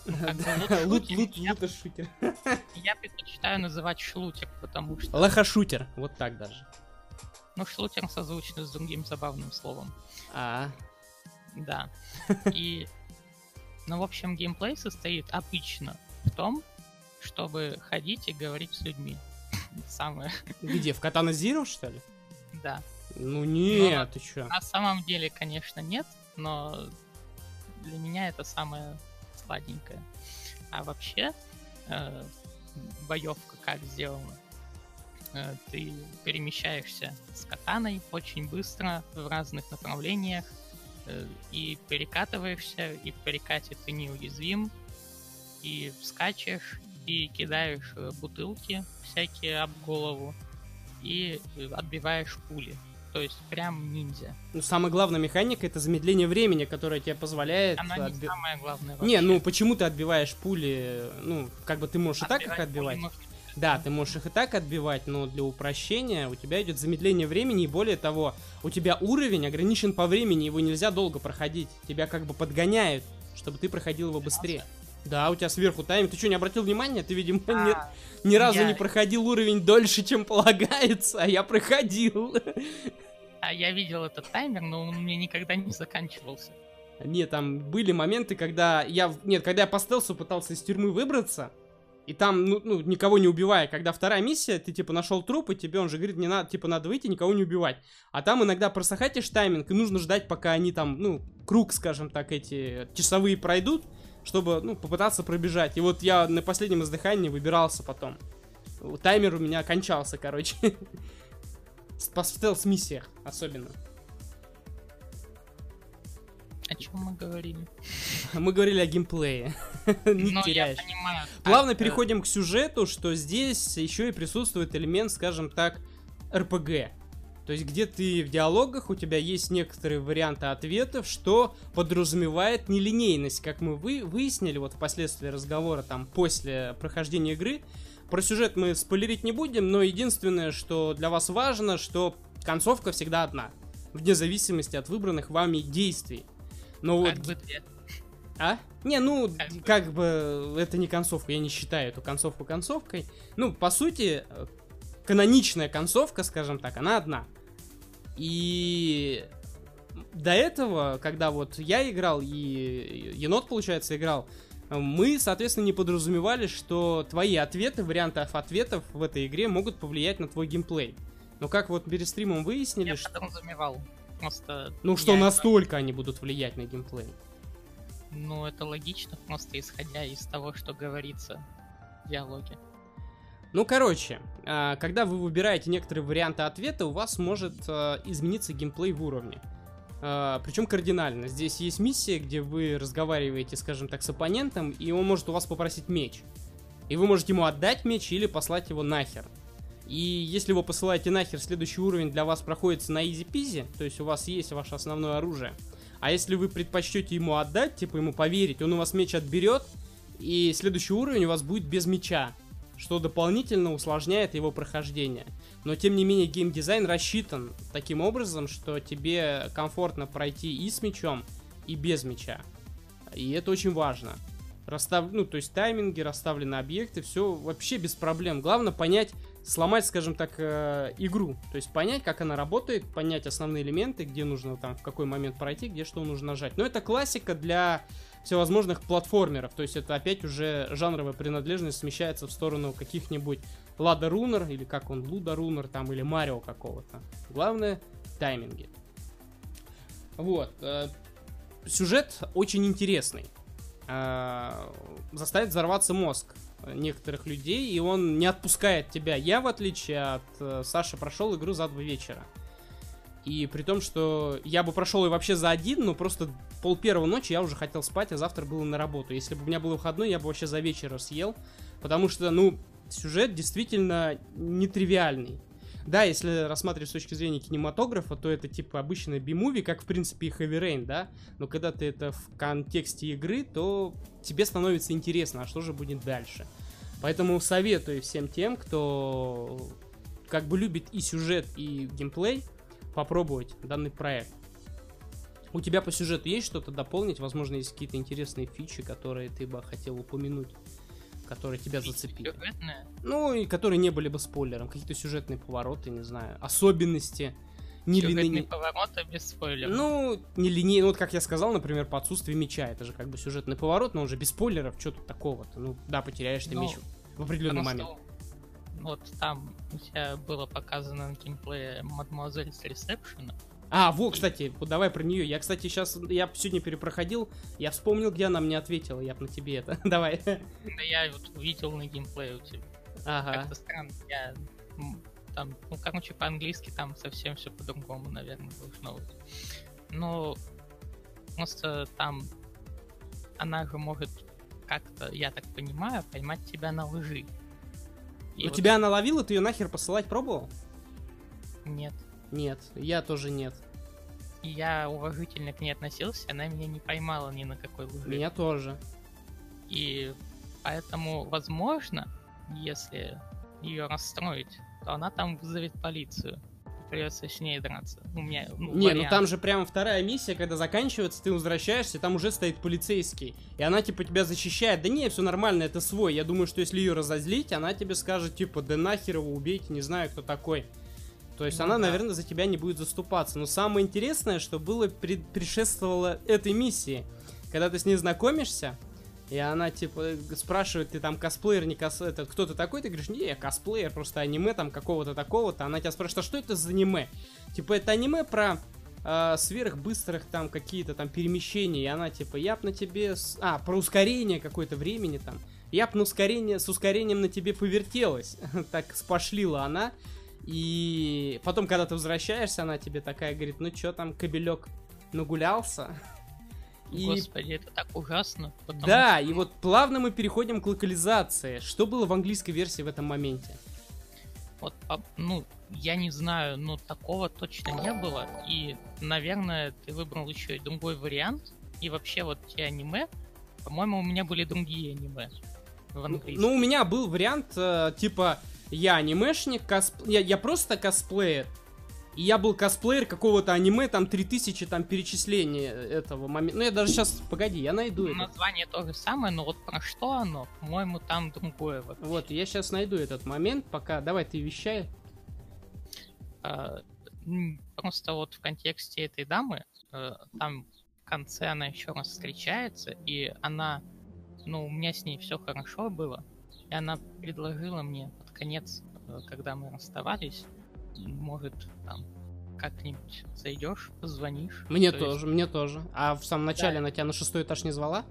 Ну, как бы Лут, лут-шутер, лут, я, лутер-шутер. я предпочитаю называть шлутер, потому что, Лохошутер, вот так даже. ну, шлутер созвучно с другим забавным словом. А, Да. И, ну, в общем, геймплей состоит обычно в том, чтобы ходить и говорить с людьми. Самое, где, в Катана Зиро, что ли? да. Ну нет, ты чё? На самом деле, конечно, нет, но для меня это самое сладенькое. А вообще, э, боевка как сделана? Э, ты перемещаешься с катаной очень быстро в разных направлениях э, и перекатываешься, и в перекате ты неуязвим, и скачешь, и кидаешь э, бутылки всякие об голову, и э, отбиваешь пули. То есть прям ниндзя. Ну, самая главная механика — это замедление времени, которое тебе позволяет... Она не отби- самое главное вообще. Не, ну почему ты отбиваешь пули? Ну, как бы ты можешь и так их Отбивать отбивать. пули можно. Да, ты можешь их и так отбивать, но для упрощения у тебя идет замедление времени, и более того, у тебя уровень ограничен по времени, его нельзя долго проходить. Тебя как бы подгоняют, чтобы ты проходил его быстрее. Да, у тебя сверху тайминг. Ты что, не обратил внимания? Ты, видимо, А, ни, ни разу я- не проходил уровень дольше, чем полагается, а я проходил. А я видел этот таймер, но он у меня никогда не заканчивался. Нет, там были моменты, когда я... в- Нет, когда я по стелсу пытался из тюрьмы выбраться, и там, ну, ну, никого не убивая. Когда вторая миссия, ты, типа, нашел труп, и тебе он же говорит, не надо, типа, надо выйти, никого не убивать. А там иногда просохатишь тайминг, и нужно ждать, пока они там, ну, круг, скажем так, эти часовые пройдут, чтобы, ну, попытаться пробежать. И вот я на последнем издыхании выбирался потом. Таймер у меня кончался, короче. В стелс-миссиях особенно. О чем мы говорили? Мы говорили о геймплее. Не Ну, теряешь. я понимаю. Плавно как, э, переходим к сюжету, что здесь еще и присутствует элемент, скажем так, эр пи джи. То есть, где ты в диалогах, у тебя есть некоторые варианты ответов, что подразумевает нелинейность, как мы вы, выяснили вот впоследствии разговора, там, после прохождения игры. Про сюжет мы спойлерить не будем, но единственное, что для вас важно, что концовка всегда одна, вне зависимости от выбранных вами действий. Но Как вот... бы две. А? Не, ну, Как бы. как бы это не концовка, я не считаю эту концовку концовкой. Ну, по сути, э, каноничная концовка, скажем так, она одна. И до этого, когда вот я играл и енот, получается, играл, э, мы, соответственно, не подразумевали, что твои ответы, варианты ответов в этой игре могут повлиять на твой геймплей. Но как вот перед стримом выяснили, Я что... подразумевал. Просто... Ну, что я это- настолько они будут влиять на геймплей. Ну, это логично, просто исходя из того, что говорится в диалоге. Ну, короче, а, когда вы выбираете некоторые варианты ответа, у вас может а, измениться геймплей в уровне. Причем кардинально. Здесь есть миссия, где вы разговариваете, скажем так, с оппонентом, и он может у вас попросить меч. И вы можете ему отдать меч или послать его нахер. И если вы посылаете нахер, следующий уровень для вас проходится на изи-пизи, то есть у вас есть ваше основное оружие. А если вы предпочтете ему отдать, типа ему поверить, он у вас меч отберет, и следующий уровень у вас будет без меча, что дополнительно усложняет его прохождение. Но тем не менее геймдизайн рассчитан таким образом, что тебе комфортно пройти и с мечом, и без меча. И это очень важно. Расстав... Ну, то есть тайминги, расставлены объекты, все вообще без проблем. Главное понять, сломать, скажем так, э, игру. То есть понять, как она работает, понять основные элементы, где нужно там в какой момент пройти, где что нужно нажать. Но это классика для всевозможных платформеров. То есть это опять уже жанровая принадлежность смещается в сторону каких-нибудь Лада Рунер, или как он, Луда Рунер, там, или Марио какого-то. Главное, тайминги. Вот. Э, сюжет очень интересный. Э, заставит взорваться мозг некоторых людей, и он не отпускает тебя. Я, в отличие от э, Саши, прошел игру за два вечера. И при том, что я бы прошел и вообще за один, но просто пол первого ночи я уже хотел спать, а завтра было на работу. Если бы у меня был выходной, я бы вообще за вечер съел. Потому что, ну, сюжет действительно нетривиальный. Да, если рассматривать с точки зрения кинематографа, то это типа обычный би-муви, как в принципе и Heavy Rain, да? Но когда ты это в контексте игры, то тебе становится интересно, а что же будет дальше. Поэтому советую всем тем, кто как бы любит и сюжет, и геймплей, попробовать данный проект. У тебя по сюжету есть что-то дополнить? Возможно, есть какие-то интересные фичи, которые ты бы хотел упомянуть, которые тебя зацепили. Сюжетные? Ну, и которые не были бы спойлером. Какие-то сюжетные повороты, не знаю, особенности. Сюжетные Нелинейные повороты без спойлеров. Ну, нелинейные, ну, вот как я сказал, например, по отсутствию меча. Это же как бы сюжетный поворот, но уже без спойлеров, что тут такого-то. Ну, да, потеряешь ты Ну, меч в определенный Просто момент. Вот там у тебя было показано на геймплее Мадемуазель с ресепшена. А, во, кстати, вот давай про нее. Я, кстати, сейчас, я сегодня перепроходил, я вспомнил, где она мне ответила, я бы на тебе это. Давай. Да я вот увидел на геймплее у тебя. Ага. Как-то странно. Я м, там, ну, короче, по-английски там совсем все по-другому, наверное, должно быть. Ну, просто там она же может как-то, я так понимаю, поймать тебя на лжи. И У вот тебя она ловила, ты ее нахер посылать пробовал? Нет. Нет, я тоже нет. И я уважительно к ней относился, она меня не поймала ни на какой лжи. Меня тоже. И поэтому, возможно, если ее расстроить, то она там вызовет полицию. И придется с ней драться. У меня, ну, Не, вариант. ну там же прямо вторая миссия, когда заканчивается, ты возвращаешься, там уже стоит полицейский. И она типа тебя защищает. Да не, все нормально, это свой. Я думаю, что если ее разозлить, она тебе скажет, типа, да нахер его убейте, не знаю, кто такой. То есть Ну она, да. наверное, за тебя не будет заступаться. Но самое интересное, что было пред- предшествовало этой миссии. Когда ты с ней знакомишься, и она, типа, спрашивает, ты там косплеер, не кос... это кто ты такой? Ты говоришь, не, я косплеер, просто аниме там какого-то такого-то. Она тебя спрашивает, а что это за аниме? Типа, это аниме про э, сверхбыстрых там какие-то там перемещения. И она, типа, я б на тебе... С... А, про ускорение какое-то времени там. Я б на ускорение, с ускорением на тебе повертелась. Так спошлила она. И потом, когда ты возвращаешься, она тебе такая говорит, ну чё там, кобелек, нагулялся? И... Господи, это так ужасно. потому Да, что, и вот плавно мы переходим к локализации. Что было в английской версии в этом моменте? Вот, а, ну, я не знаю, но такого точно не было. И, наверное, ты выбрал еще и другой вариант. И вообще вот те аниме, по-моему, у меня были другие аниме в английском. Ну, у меня был вариант, э, типа, я анимешник, косп... я, я просто косплеер. И я был косплеер какого-то аниме, там три тысячи там перечисления этого момента. Ну, я даже сейчас, погоди, я найду это. Название то же самое, но вот про что оно, по-моему, там другое. Вот. Вот, я сейчас найду этот момент, пока, давай ты вещай. А, м, просто вот в контексте этой дамы, э, там в конце она еще раз встречается, и она, ну, у меня с ней все хорошо было, и она предложила мне под конец, э, когда мы расставались, может, там, как-нибудь зайдешь, позвонишь. Мне То тоже, мне тоже. А в самом начале Да. она тебя на шестой этаж не звала?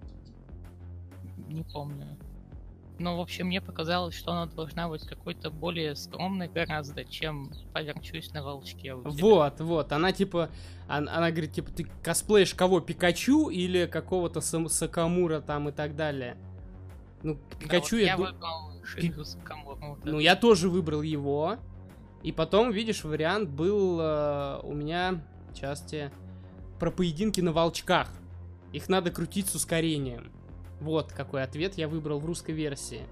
есть, не помню. Но, в общем, мне показалось, что она должна быть какой-то более скромной гораздо, чем поверчусь на волчке у тебя. Вот, вот, она типа, она, она говорит, типа, ты косплеишь кого, Пикачу или какого-то Сам- Сакамура там и так далее? Ну, Да, Пикачу вот я... я ду- выбрал Шинзу Сакамуру. вот Ну, это. я тоже выбрал его. И потом, видишь, вариант был э, у меня в части про поединки на волчках. Их надо крутить с ускорением. Вот какой ответ я выбрал в русской версии.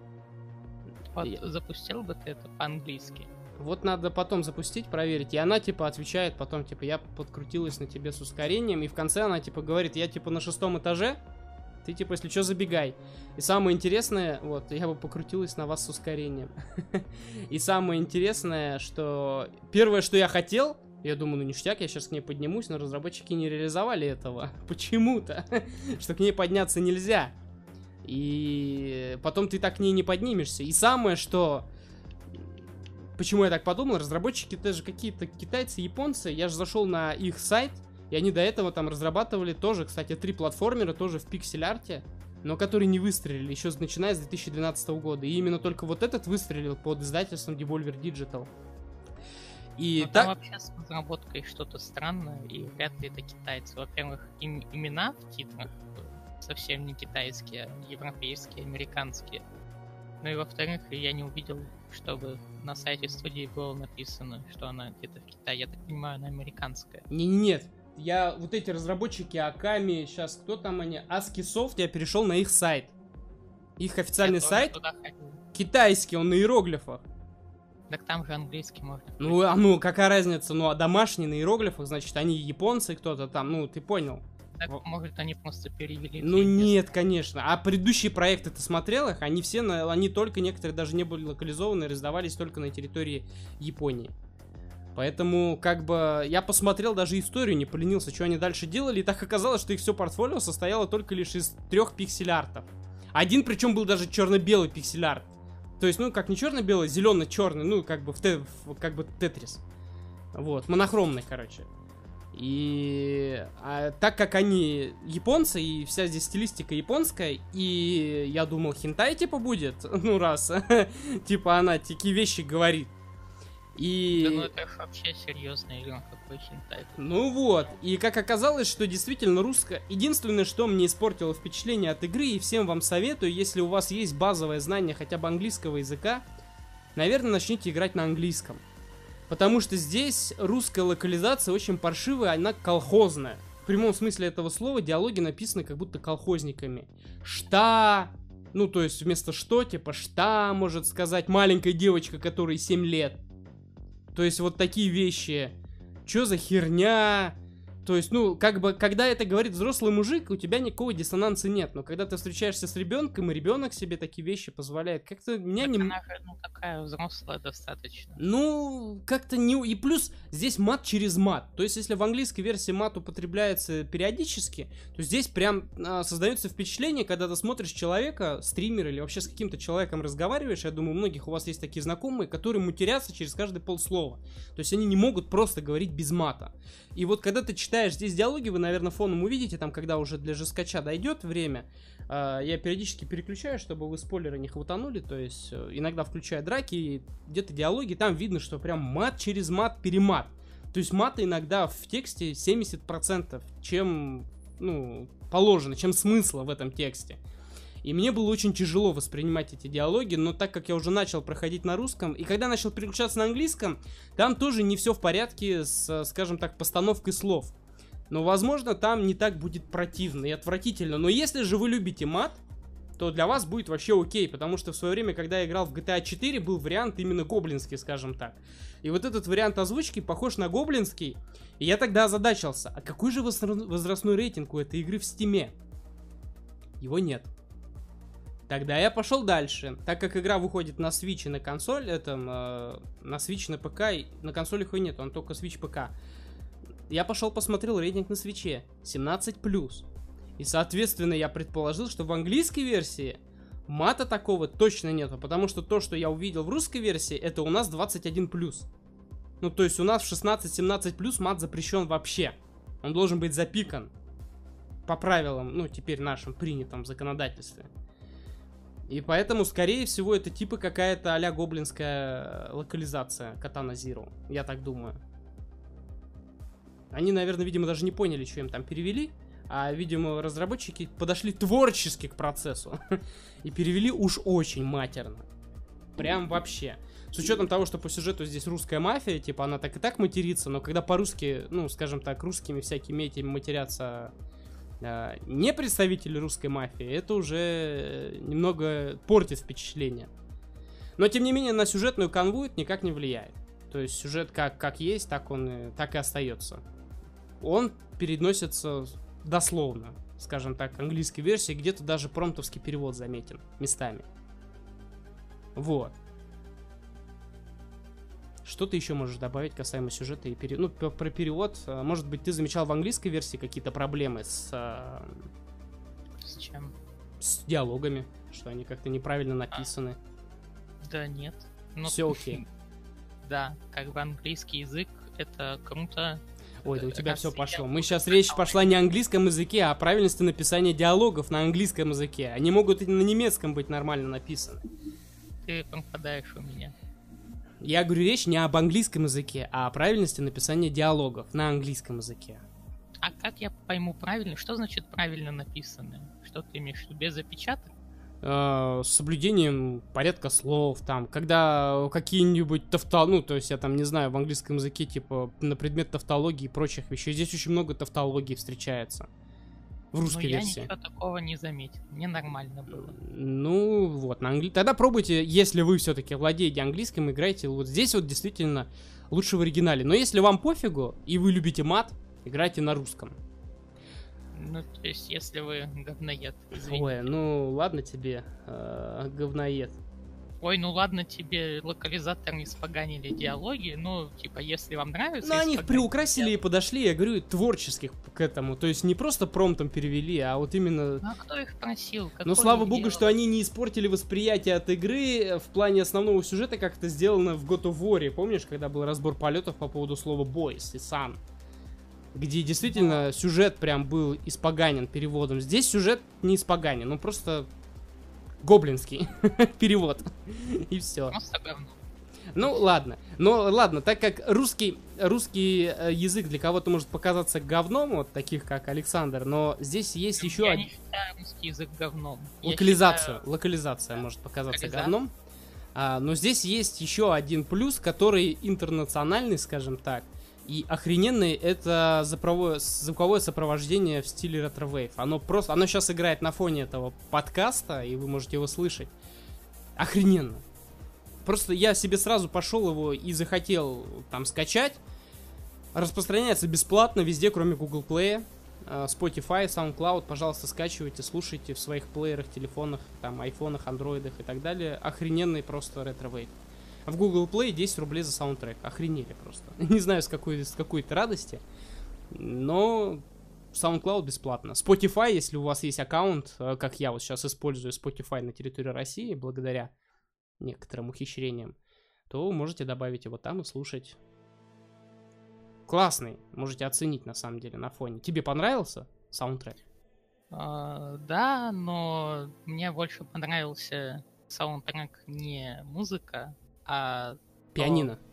Вот я- запустил бы ты это по-английски. Вот надо потом запустить, проверить. И она, типа, отвечает потом, типа, я подкрутилась на тебе с ускорением. И в конце она, типа, говорит, я, типа, на шестом этаже. Ты, типа, если что, забегай. И самое интересное, вот, я бы покрутилась на вас с ускорением. И самое интересное, что первое, что я хотел, я думаю, ну ништяк, я сейчас к ней поднимусь, но разработчики не реализовали этого. Почему-то. Что к ней подняться нельзя. И потом ты так к ней не поднимешься. И самое, что... Почему я так подумал, разработчики тоже какие-то китайцы, японцы, я же зашел на их сайт, и они до этого там разрабатывали тоже, кстати, три платформера, тоже в пиксель-арте, но которые не выстрелили, еще начиная с две тысячи двенадцатого года. И именно только вот этот выстрелил под издательством Devolver Digital. И Но так... там вообще с разработкой что-то странное, и вряд ли это китайцы. Во-первых, им- имена в титрах совсем не китайские, а европейские, американские. Ну и во-вторых, я не увидел, чтобы на сайте студии было написано, что она где-то в Китае. Я так понимаю, она американская. Не, нет, я вот эти разработчики Аками, сейчас кто там они, Аски Soft, я перешел на их сайт. Их официальный Я тоже сайт туда ходил. китайский, он на иероглифах. Так там же английский можно. Ну, а ну, какая разница? Ну, а домашние на иероглифах, значит, они японцы, кто-то там, ну, ты понял. Так, может, они просто перевели. Ну, нет, конечно. А предыдущие проекты, ты смотрел их? Они все, на, они только, некоторые даже не были локализованы, раздавались только на территории Японии. Поэтому, как бы, я посмотрел даже историю, не поленился, что они дальше делали, и так оказалось, что их все портфолио состояло только лишь из трех пиксель-артов. Один, причем, был даже черно-белый пиксель-арт. То есть, ну, как не черно-белый, зелено-черный, ну, как бы, в те, в, как бы тетрис. Вот, монохромный, короче. И а, так как они японцы, и вся здесь стилистика японская, и я думал, хентай, типа, будет, ну, раз, типа, она такие вещи говорит. И... Да ну это вообще серьезная игра, какой хентай. Ну вот, и как оказалось, что действительно русская... Единственное, что мне испортило впечатление от игры, и всем вам советую, если у вас есть базовое знание хотя бы английского языка, наверное, начните играть на английском. Потому что здесь русская локализация очень паршивая, она колхозная. В прямом смысле этого слова диалоги написаны как будто колхозниками. Шта... Ну, то есть вместо что, типа, шта, может сказать маленькая девочка, которой семь лет. То есть вот такие вещи. Чё за херня? То есть, ну, как бы, когда это говорит взрослый мужик, у тебя никакого диссонанса нет. Но когда ты встречаешься с ребенком, и ребенок себе такие вещи позволяет, как-то меня так не... Она же, ну, такая взрослая достаточно. Ну, как-то не... И плюс здесь мат через мат. То есть, если в английской версии мат употребляется периодически, то здесь прям а, создается впечатление, когда ты смотришь человека, стримера или вообще с каким-то человеком разговариваешь, я думаю, у многих у вас есть такие знакомые, которые матерятся через каждое полслова. То есть, они не могут просто говорить без мата. И вот когда ты читаешь здесь диалоги, вы, наверное, фоном увидите, там, когда уже для жескача дойдет время, э, я периодически переключаю, чтобы вы спойлеры не хватанули, то есть э, иногда включаю драки, где-то диалоги, там видно, что прям мат через мат, перемат. То есть мата иногда в тексте семьдесят процентов, чем, ну, положено, чем смысла в этом тексте. И мне было очень тяжело воспринимать эти диалоги, но так как я уже начал проходить на русском, и когда начал переключаться на английском, там тоже не все в порядке с, скажем так, постановкой слов. Но, возможно, там не так будет противно и отвратительно. Но если же вы любите мат, то для вас будет вообще окей, потому что в свое время, когда я играл в джи ти эй четыре, был вариант именно гоблинский, скажем так. И вот этот вариант озвучки похож на гоблинский, и я тогда озадачился, а какой же возрастной рейтинг у этой игры в стиме? Его нет. Тогда я пошел дальше. Так как игра выходит на Switch и на консоль, этом, э, на Switch, на ПК, и на консоли его нет, он только Switch ПК. Я пошел посмотрел рейтинг на Switch, семнадцать плюс. И, соответственно, я предположил, что в английской версии мата такого точно нету, потому что то, что я увидел в русской версии, это у нас двадцать один плюс. Ну, то есть у нас в шестнадцать-семнадцать плюс мат запрещен вообще. Он должен быть запикан. По правилам, ну, теперь нашим принятым в законодательстве. И поэтому, скорее всего, это типа какая-то а-ля гоблинская локализация Katana Zero. Я так думаю. Они, наверное, видимо, даже не поняли, что им там перевели. А, видимо, разработчики подошли творчески к процессу. И перевели уж очень матерно. Прям вообще. С учетом того, что по сюжету здесь русская мафия, типа она так и так матерится, но когда по-русски, ну, скажем так, русскими всякими этими матерятся... не представители русской мафии, это уже немного портит впечатление. Но, тем не менее, на сюжетную канву это никак не влияет. То есть сюжет как, как есть, так он так и остается. Он переносится дословно, скажем так, английской версии, где-то даже промптовский перевод заметен местами. Вот. Что ты еще можешь добавить касаемо сюжета и перевода? Ну, про перевод, может быть, ты замечал в английской версии какие-то проблемы с... С чем? С диалогами, что они как-то неправильно написаны. А, да нет. Ну, все окей. Да, как бы английский язык, это круто. Ой, да у тебя все пошло. Мы сейчас речь пошла не о английском языке, а о правильности написания диалогов на английском языке. Они могут и на немецком быть нормально написаны. Ты пропадаешь у меня. Я говорю, речь не об английском языке, а о правильности написания диалогов на английском языке. А как я пойму правильно? Что значит правильно написанное? Что ты имеешь в виду? Без опечаток? Э, с соблюдением порядка слов, там, когда какие-нибудь тавтологии, ну, то есть я там не знаю, в английском языке, типа, на предмет тавтологии и прочих вещей. Здесь очень много тавтологии встречается. В русской ну, я версии. ничего такого не заметил. Мне нормально было. Ну, вот, на англи... Тогда пробуйте, если вы все-таки владеете английским, играйте вот здесь вот действительно лучше в оригинале. Но если вам пофигу, и вы любите мат, играйте на русском. Ну, то есть, если вы говноед, извините. Ой, ну, ладно тебе, э, говноед. Ой, ну ладно, тебе локализатор не споганили диалоги, ну, типа, если вам нравится... Ну, они их приукрасили и диалоги... подошли, я говорю, творческих к этому. То есть не просто промптом перевели, а вот именно... Ну, а кто их просил? Но слава богу, что они не испортили восприятие от игры в плане основного сюжета, как это сделано в God of War. Помнишь, когда был разбор полетов по поводу слова boys и sun? Где действительно сюжет прям был испоганен переводом. Здесь сюжет не испоганен, ну просто... гоблинский перевод. И все. Просто говно. Ну, ладно. Но ладно, так как русский, русский язык для кого-то может показаться говном, вот таких как Александр, но здесь есть Я еще... не один... считаю русский язык говном. Локализацию. Считаю... Локализация может показаться Локализация. говном. А, но здесь есть еще один плюс, который интернациональный, скажем так. И охрененный — это звуковое, звуковое сопровождение в стиле ретро-вейв. Оно просто... Оно сейчас играет на фоне этого подкаста, и вы можете его слышать. Охрененно. Просто я себе сразу пошел его и захотел там скачать. Распространяется бесплатно везде, кроме Google Play, Spotify, SoundCloud. Пожалуйста, скачивайте, слушайте в своих плеерах, телефонах, там, айфонах, андроидах и так далее. Охрененный просто ретро-вейв. В Google Play десять рублей за саундтрек. Охренели просто. Не знаю, с какой, с какой-то радости. Но SoundCloud бесплатно. Spotify, если у вас есть аккаунт, как я вот сейчас использую Spotify на территории России, благодаря некоторым ухищрениям, то можете добавить его там и слушать. Классный. Можете оценить, на самом деле, на фоне. Тебе понравился саундтрек? А, да, но мне больше понравился саундтрек не музыка, а... Пианино. То...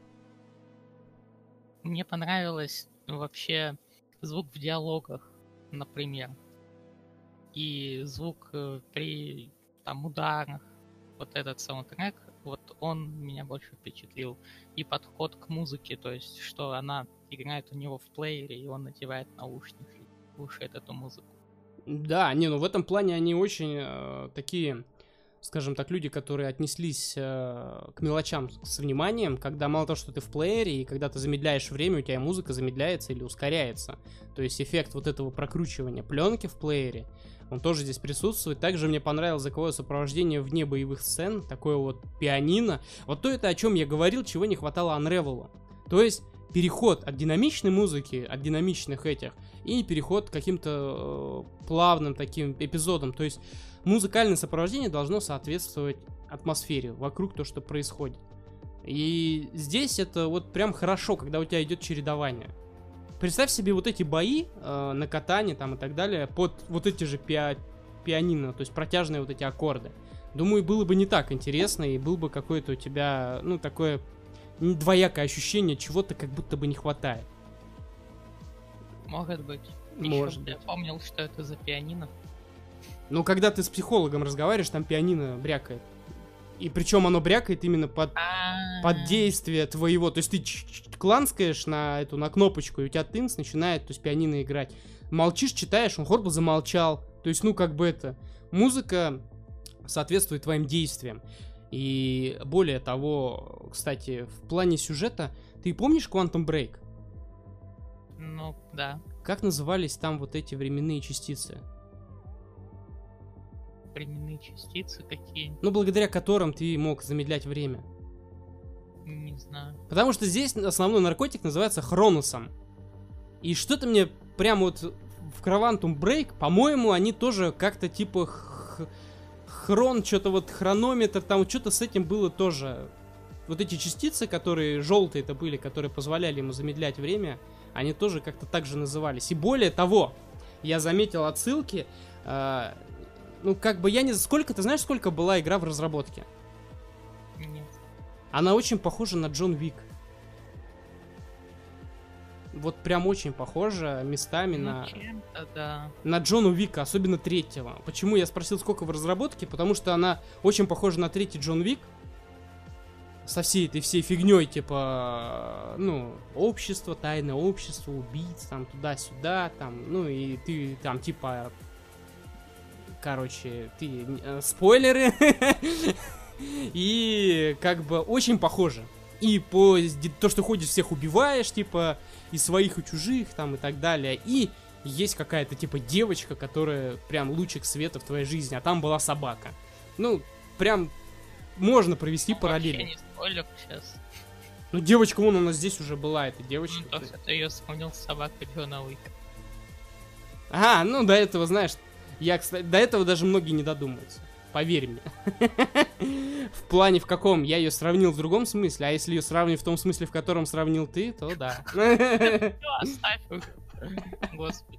Мне понравилось вообще звук в диалогах, например. И звук при там ударах. Вот этот саундтрек, вот он меня больше впечатлил. И подход к музыке, то есть, что она играет у него в плеере, и он надевает наушники, слушает эту музыку. Да, не, ну в этом плане они очень э, такие, скажем так, люди, которые отнеслись э, к мелочам с вниманием, когда мало того, что ты в плеере, и когда ты замедляешь время, у тебя музыка замедляется или ускоряется. То есть эффект вот этого прокручивания пленки в плеере, он тоже здесь присутствует. Также мне понравилось звуковое сопровождение вне боевых сцен, такое вот пианино. Вот то это, о чем я говорил, чего не хватало Unravel'у. То есть переход от динамичной музыки, от динамичных этих, и переход к каким-то э, плавным таким эпизодам. То есть музыкальное сопровождение должно соответствовать атмосфере вокруг то, что происходит. И здесь это вот прям хорошо, когда у тебя идет чередование. Представь себе вот эти бои э, на катане там и так далее под вот эти же пиа- пианино, то есть протяжные вот эти аккорды. Думаю, было бы не так интересно, и был бы какое-то у тебя, ну, такое двоякое ощущение, чего-то как будто бы не хватает. Может быть. Может Еще быть. Я помнил, что это за пианино. Ну, когда ты с психологом разговариваешь, там пианино брякает. И причем оно брякает именно под, под действие твоего. То есть ты кланскаешь на эту, на кнопочку, и у тебя тынц начинает, то есть пианино играть. Молчишь, читаешь, он хорбо замолчал. То есть, ну, как бы это... Музыка соответствует твоим действиям. И более того, кстати, в плане сюжета, ты помнишь Quantum Break? Ну, да. Как назывались там вот эти временные частицы? Временные частицы какие? Ну, благодаря которым ты мог замедлять время. Не знаю. Потому что здесь основной наркотик называется хроносом. И что-то мне прям вот в Quantum Break, по-моему, они тоже как-то типа х- хрон, что-то вот хронометр, там что-то с этим было тоже. Вот эти частицы, которые желтые это были, которые позволяли ему замедлять время, они тоже как-то так же назывались. И более того, я заметил отсылки. Э- ну, как бы я не... Сколько, ты знаешь, сколько была игра в разработке? Нет. Она очень похожа на Джон Уик. Вот прям очень похожа местами Ну, на... чем-то, да. на Джона Уика, особенно третьего. Почему я спросил, сколько в разработке? Потому что она очень похожа на третий Джон Уик. со всей этой всей фигней, типа, ну, общество, тайное общество, убийц, там, туда-сюда, там, ну, и ты там, типа, короче, ты, э, спойлеры, и, как бы, очень похоже. И по то, что ходишь, всех убиваешь, типа, и своих, и чужих, там, и так далее, и есть какая-то, типа, девочка, которая прям лучик света в твоей жизни, а там была собака. Ну, прям можно провести ну, параллели. Вообще не спойлер сейчас. Ну, девочка, вон, у нас здесь уже была, эта девочка. Ну, то, что ты ее вспомнил с собакой Джона Уика. Ага, ну, до этого, знаешь, я, кстати, до этого даже многие не додумаются. Поверь мне. В плане в каком? Я ее сравнил в другом смысле, а если ее сравнить в том смысле, в котором сравнил ты, то да. Оставь уже. Господи.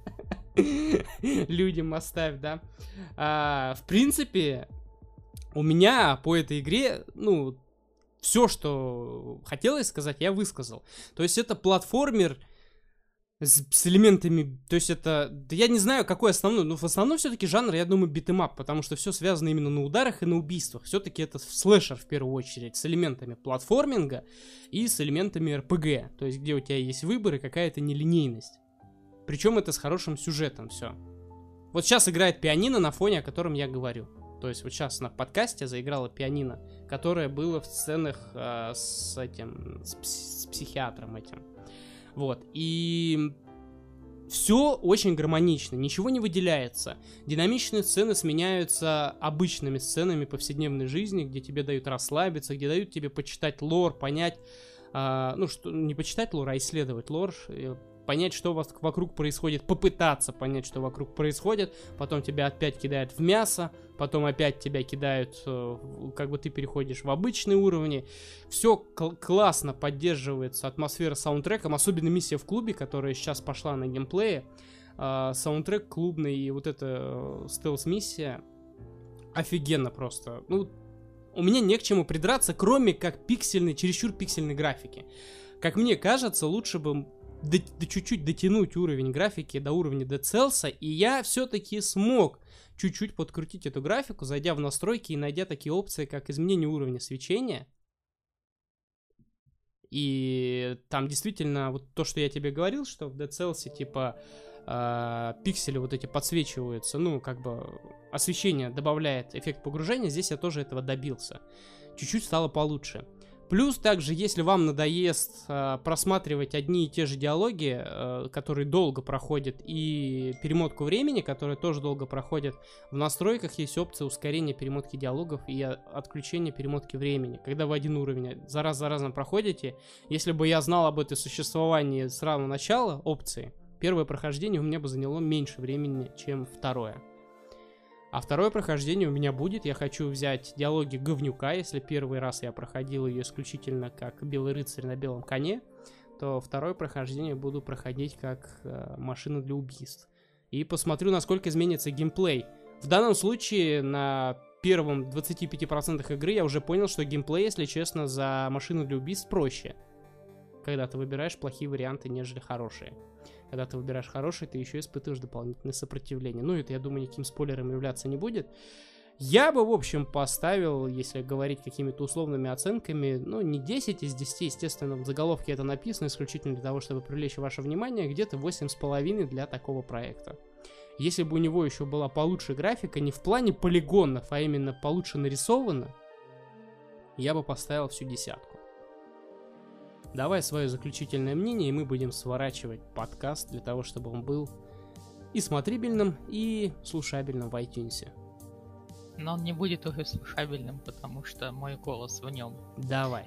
Людям оставь, да. А, в принципе, у меня по этой игре, ну, все, что хотелось сказать, я высказал. То есть это платформер с, с элементами, то есть это, да я не знаю, какой основной, но в основном все-таки жанр, я думаю, битэмап, потому что все связано именно на ударах и на убийствах. Все-таки это слэшер в первую очередь, с элементами платформинга и с элементами эр пи джи, то есть где у тебя есть выбор и какая-то нелинейность. Причем это с хорошим сюжетом все. Вот сейчас играет пианино на фоне, о котором я говорю. То есть вот сейчас на подкасте заиграла пианино, которое было в сценах э, с этим, с, пс- с психиатром этим. Вот, и все очень гармонично, ничего не выделяется. Динамичные сцены сменяются обычными сценами повседневной жизни, где тебе дают расслабиться, где дают тебе почитать лор, понять, э, ну, что не почитать лор, а исследовать лор, понять, что у вас вокруг происходит, попытаться понять, что вокруг происходит, потом тебя опять кидают в мясо, потом опять тебя кидают, как бы ты переходишь в обычные уровни. Все кл- классно поддерживается атмосфера саундтреком, особенно миссия в клубе, которая сейчас пошла на геймплее. Э, саундтрек клубный и вот эта стелс-миссия офигенно просто. Ну, у меня не к чему придраться, кроме как пиксельной, чересчур пиксельной графики. Как мне кажется, лучше бы Да, да чуть-чуть дотянуть уровень графики до уровня Dead Cells, и я все-таки смог чуть-чуть подкрутить эту графику, зайдя в настройки и найдя такие опции, как изменение уровня свечения. И там действительно вот то, что я тебе говорил, что в Dead Cells типа э, пиксели вот эти подсвечиваются, ну как бы освещение добавляет эффект погружения, здесь я тоже этого добился. Чуть-чуть стало получше. Плюс также, если вам надоест э, просматривать одни и те же диалоги, э, которые долго проходят, и перемотку времени, которая тоже долго проходит, в настройках есть опция ускорения перемотки диалогов и отключения перемотки времени. Когда вы один уровень за раз за разом проходите, если бы я знал об этой существовании с самого начала опции, первое прохождение у меня бы заняло меньше времени, чем второе. А второе прохождение у меня будет, я хочу взять диалоги говнюка, если первый раз я проходил ее исключительно как белый рыцарь на белом коне, то второе прохождение буду проходить как э, машина для убийств. И посмотрю, насколько изменится геймплей. В данном случае на первом двадцати пяти процентах игры я уже понял, что геймплей, если честно, за машину для убийств проще. Когда ты выбираешь плохие варианты, нежели хорошие. Когда ты выбираешь хороший, ты еще испытываешь дополнительное сопротивление. Ну, это, я думаю, никаким спойлером являться не будет. Я бы, в общем, поставил, если говорить какими-то условными оценками, ну, не десять из десяти, естественно, в заголовке это написано исключительно для того, чтобы привлечь ваше внимание, где-то восемь с половиной для такого проекта. Если бы у него еще была получше графика, не в плане полигонов, а именно получше нарисована, я бы поставил всю десятку. Давай свое заключительное мнение, и мы будем сворачивать подкаст для того, чтобы он был и смотрибельным, и слушабельным в iTunes. Но он не будет уже слушабельным, потому что мой голос в нем. Давай.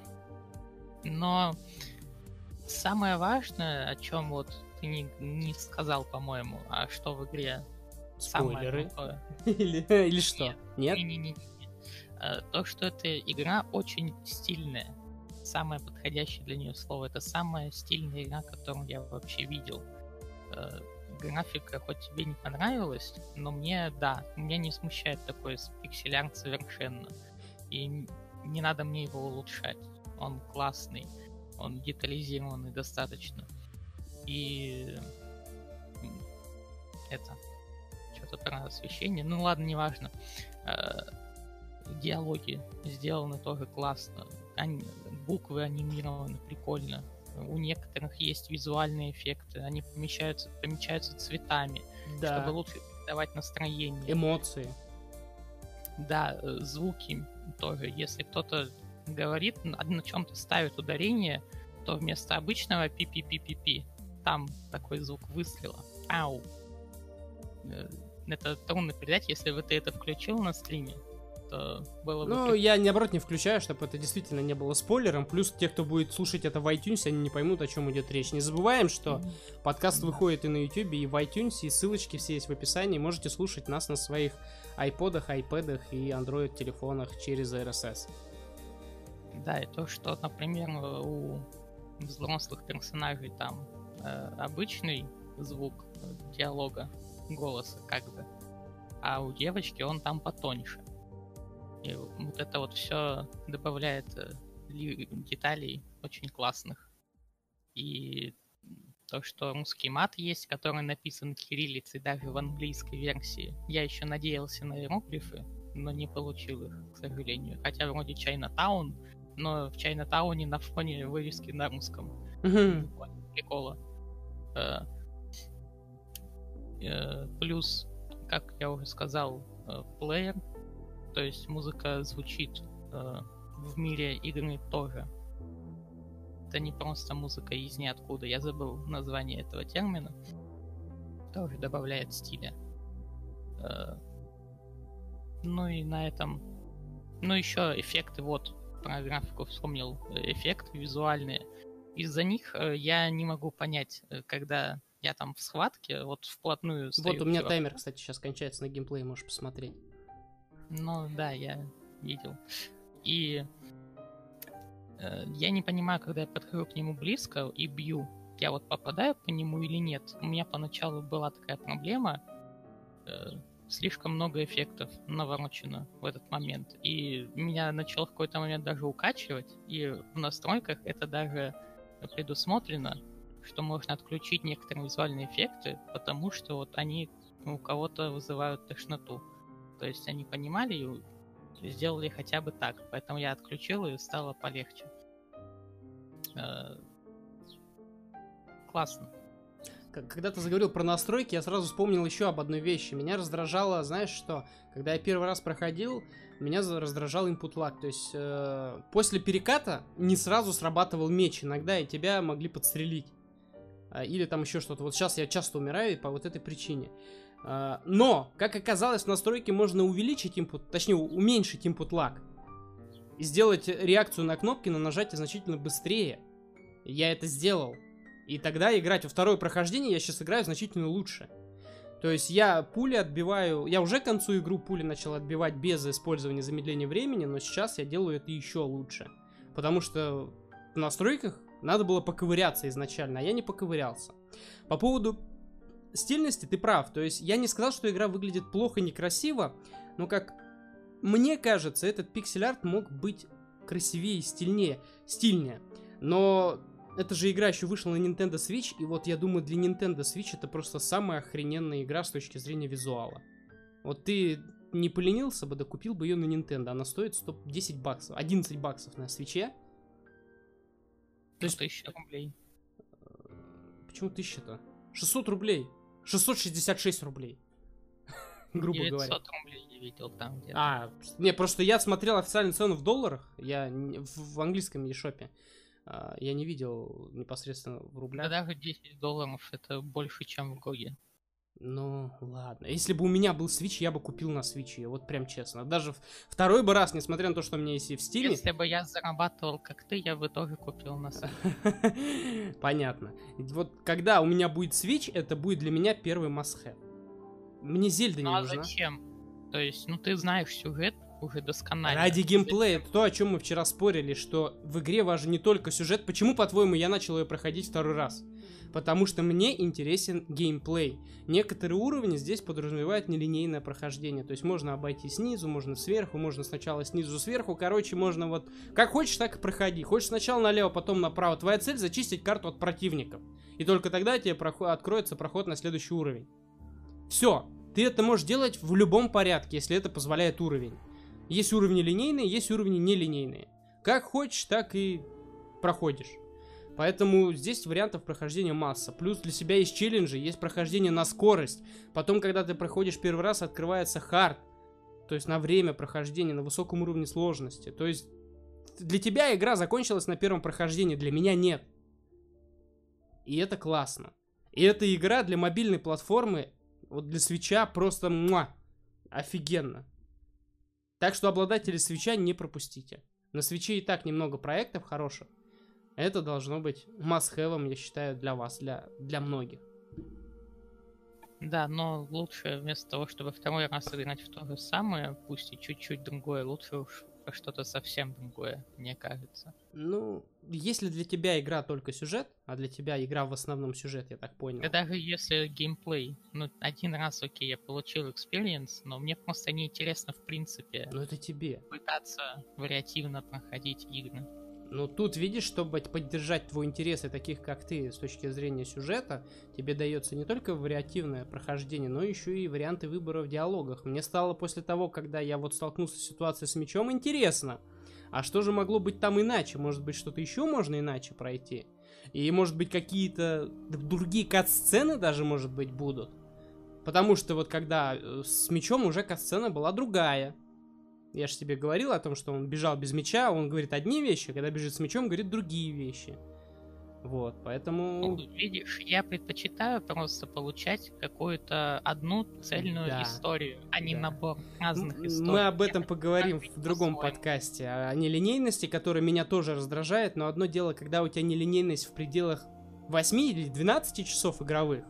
Но самое важное, о чем вот ты не, не сказал, по-моему, а что в игре спойлеры? Самое или, или что? Нет? Не-не-не. То, что эта игра очень стильная. Самое подходящее для нее слово. Это самая стильная игра, которую я вообще видел. Э, графика хоть тебе не понравилась, но мне, да, меня не смущает такой пиксель-арт совершенно. И не надо мне его улучшать. Он классный, он детализированный достаточно. И это что-то про освещение. Ну ладно, неважно. Э, диалоги сделаны тоже классно. Они, буквы анимированы прикольно. У некоторых есть визуальные эффекты, они помещаются, помечаются цветами, Да. чтобы лучше передавать настроение. Эмоции. Да, э, звуки тоже. Если кто-то говорит, на, на чем-то ставит ударение, то вместо обычного пи-пи-пи-пи-пи там такой звук выстрела. Ау. Э, Это трудно передать, если бы ты это включил на стриме, то было бы... Ну, прик- я, наоборот, не включаю, чтобы это действительно не было спойлером. Плюс те, кто будет слушать это в iTunes, они не поймут, о чем идет речь. Не забываем, что подкаст выходит и на YouTube, и в iTunes, и ссылочки все есть в описании. Можете слушать нас на своих айподах, айпэдах и Android-телефонах через эр эс эс. Да, и то, что, например, у взрослых персонажей там э, обычный звук э, диалога, голоса, как бы, а у девочки он там потоньше. И вот это вот все добавляет э, ли- деталей очень классных. И то, что русский мат есть, который написан кириллицей даже в английской версии. Я еще надеялся на иероглифы, но не получил их, к сожалению. Хотя вроде Чайнатаун, но в Чайнатауне на фоне вывески на русском. Мгм. Прикола. Э, э, Плюс, как я уже сказал, э, плеер, то есть музыка звучит э, в мире игры тоже. Это не просто музыка из ниоткуда. Я забыл название этого термина. Тоже добавляет стиля. Э, Ну и на этом... Ну еще эффекты, вот, про графику вспомнил. э, Эффекты визуальные. Из-за них э, я не могу понять, э, когда я там в схватке, вот вплотную стою. Вот у меня к чуваку. таймер, кстати, сейчас кончается на геймплей, можешь посмотреть. Ну да, я видел. И э, я не понимаю, когда я подхожу к нему близко и бью, я вот попадаю по нему или нет. У меня поначалу была такая проблема. э, слишком много эффектов наворочено в этот момент. И меня начало в какой-то момент даже укачивать. И в настройках это даже предусмотрено, что можно отключить некоторые визуальные эффекты, потому что вот они у кого-то вызывают тошноту. То есть они понимали и сделали хотя бы так. Поэтому я отключил, и стало полегче. Э, Классно. К- Когда ты заговорил про настройки, я сразу вспомнил еще об одной вещи. Меня раздражало, знаешь что, когда я первый раз проходил, меня за- раздражал input lag. То есть э, после переката не сразу срабатывал меч. Иногда и тебя могли подстрелить. А, или там еще что-то. Вот сейчас я часто умираю по вот этой причине. А, но, как оказалось, в настройке можно увеличить input, точнее уменьшить input lag. И сделать реакцию на кнопки на нажатие значительно быстрее. Я это сделал. И тогда играть во второе прохождение я сейчас играю значительно лучше. То есть я пули отбиваю... Я уже к концу игру пули начал отбивать без использования замедления времени, но сейчас я делаю это еще лучше. Потому что в настройках надо было поковыряться изначально, а я не поковырялся. По поводу стильности ты прав. То есть я не сказал, что игра выглядит плохо, некрасиво, но как мне кажется, этот пиксель-арт мог быть красивее и стильнее. Стильнее. Но... Это же игра еще вышла на Nintendo Switch, и вот я думаю, для Nintendo Switch это просто самая охрененная игра с точки зрения визуала. Вот ты не поленился бы, да купил бы ее на Nintendo, она стоит сто десять баксов, одиннадцать баксов на Switch'е. То есть тысяча рублей. Почему тысяча-то? шестьсот рублей. шестьсот шестьдесят шесть рублей. Грубо говоря. девятьсот рублей я видел там где-то. А, не, просто я смотрел официальную цену в долларах, я не- в, в английском eShop. А, я не видел непосредственно в Да рублях. даже десять долларов это больше, чем в Гоге. Ну, ладно. Если бы у меня был Switch, я бы купил на Switch, вот прям честно. Даже в- второй бы раз, несмотря на то, что у меня есть и в Steam. Если бы я зарабатывал как ты, я бы тоже купил на Switch. Понятно. Вот когда у меня будет Switch, это будет для меня первый must-have. Мне Зельда не Ну а нужна. зачем? То есть, ну ты знаешь сюжет уже досконально. Ради геймплея. Это то, о чем мы вчера спорили, что в игре важен не только сюжет. Почему, по-твоему, я начал ее проходить второй раз? Потому что мне интересен геймплей. Некоторые уровни здесь подразумевают нелинейное прохождение. То есть можно обойти снизу, можно сверху, можно сначала снизу сверху. Короче, можно вот как хочешь, так и проходи. Хочешь сначала налево, потом направо. Твоя цель зачистить карту от противников. И только тогда тебе проход... откроется проход на следующий уровень. Все. Ты это можешь делать в любом порядке, если это позволяет уровень. Есть уровни линейные, есть уровни нелинейные. Как хочешь, так и проходишь. Поэтому здесь вариантов прохождения масса. Плюс для себя есть челленджи, есть прохождение на скорость. Потом, когда ты проходишь первый раз, открывается хард. То есть на время прохождения, на высоком уровне сложности. То есть для тебя игра закончилась на первом прохождении, для меня нет. И это классно. И эта игра для мобильной платформы, вот для свитча просто муа, офигенно. Так что обладатели свитча не пропустите. На свитче и так немного проектов хороших. Это должно быть must-have, я считаю, для вас, для, для многих. Да, но лучше вместо того, чтобы второй раз играть в то же самое, пусть и чуть-чуть другое, лучше уж что-то совсем другое, мне кажется. Ну, если для тебя игра только сюжет, а для тебя игра в основном сюжет, я так понял. Да даже если геймплей, ну, один раз, окей, я получил experience, но мне просто неинтересно в принципе. Ну, это тебе. Пытаться вариативно проходить игры. Ну, тут, видишь, чтобы поддержать твой интерес и таких, как ты, с точки зрения сюжета, тебе дается не только вариативное прохождение, но еще и варианты выбора в диалогах. Мне стало после того, когда я вот столкнулся с ситуацией с мечом, интересно. А что же могло быть там иначе? Может быть, что-то еще можно иначе пройти? И, может быть, какие-то другие кат-сцены даже, может быть, будут? Потому что вот когда с мечом уже кат-сцена была другая. Я же тебе говорил о том, что он бежал без меча, он говорит одни вещи, когда бежит с мечом, говорит другие вещи. Вот, поэтому... Ну, видишь, я предпочитаю просто получать какую-то одну цельную да, историю, а не да. набор разных Мы историй. Мы об этом я поговорим в другом по-своему. подкасте, о нелинейности, которая меня тоже раздражает, но одно дело, когда у тебя нелинейность в пределах восьми или двенадцати часов игровых,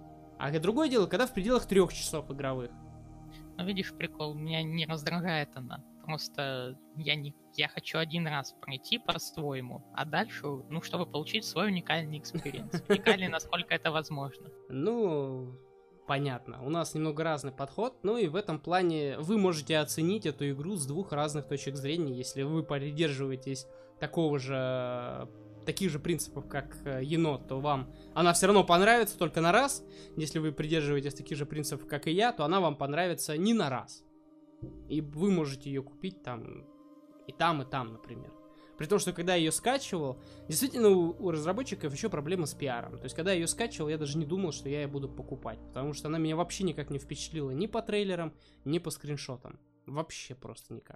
а другое дело, когда в пределах трех часов игровых. Ну, видишь, прикол, меня не раздражает она. Просто я не я хочу один раз пройти по-своему, а дальше, ну, чтобы получить свой уникальный экспириенс. Уникальный, насколько это возможно. Ну, понятно. У нас немного разный подход, ну и в этом плане вы можете оценить эту игру с двух разных точек зрения, если вы придерживаетесь такого же... таких же принципов, как енот, то вам она все равно понравится только на раз. Если вы придерживаетесь таких же принципов, как и я, то она вам понравится не на раз. И вы можете ее купить там и там, и там, например. При том, что когда я ее скачивал, действительно у, у разработчиков еще проблема с пиаром. То есть, когда я ее скачивал, я даже не думал, что я ее буду покупать. Потому что она меня вообще никак не впечатлила ни по трейлерам, ни по скриншотам. Вообще просто никак.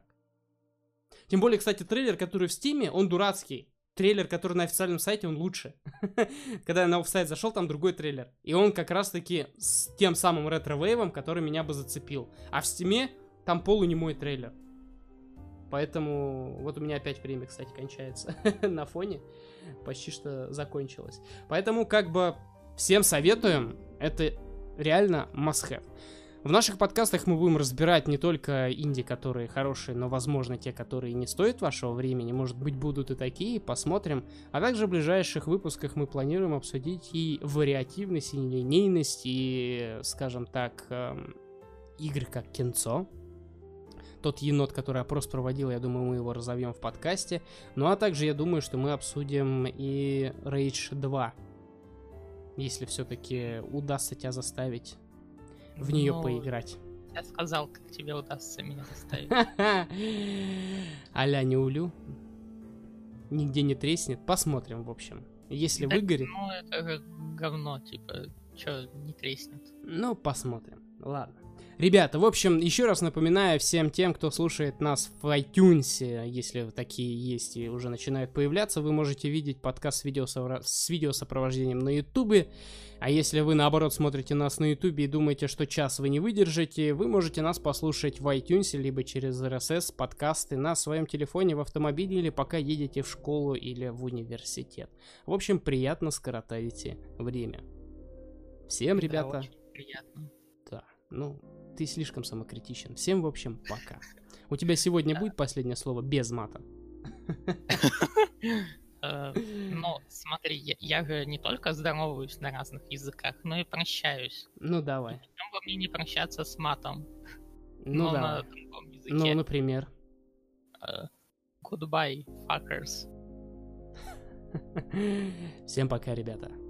Тем более, кстати, трейлер, который в Стиме, он дурацкий. Трейлер, который на официальном сайте, он лучше. Когда я на офсайт зашел, там другой трейлер. И он как раз-таки с тем самым ретро-вейвом, который меня бы зацепил. А в Стиме там полунемой трейлер. Поэтому вот у меня опять время, кстати, кончается на фоне. Почти что закончилось. Поэтому как бы всем советуем. Это реально must-have. В наших подкастах мы будем разбирать не только инди, которые хорошие, но, возможно, те, которые не стоят вашего времени. Может быть, будут и такие, посмотрим. А также в ближайших выпусках мы планируем обсудить и вариативность, и нелинейность, и, скажем так, эм, игры как Кенцо. Тот енот, который опрос проводил, я думаю, мы его разовьем в подкасте. Ну, а также я думаю, что мы обсудим и Rage два. Если все-таки удастся тебя заставить в нее Ну, поиграть. Я сказал, как тебе удастся меня заставить. А-ля не улю. Нигде не треснет. Посмотрим, в общем. Если Да, выгорит, Ну, это же говно, типа, чё, не треснет. ну, посмотрим. Ладно. Ребята, в общем, еще раз напоминаю всем тем, кто слушает нас в iTunes, если такие есть и уже начинают появляться, вы можете видеть подкаст с, видеосовра... с видеосопровождением на Ютубе. А если вы, наоборот, смотрите нас на Ютубе и думаете, что час вы не выдержите, вы можете нас послушать в iTunes, либо через эр эс эс, подкасты на своем телефоне, в автомобиле, или пока едете в школу или в университет. В общем, приятно скоротаете время. Всем, ребята... Да, очень приятно. Да, ну, ты слишком самокритичен. Всем, в общем, пока. У тебя сегодня будет последнее слово без мата? Ну, смотри, я, я же не только здороваюсь на разных языках, но и прощаюсь. Ну, давай. Почему бы мне не прощаться с матом? Ну, но давай. на другом языке. Ну, например. Uh, goodbye, fuckers. Всем пока, ребята.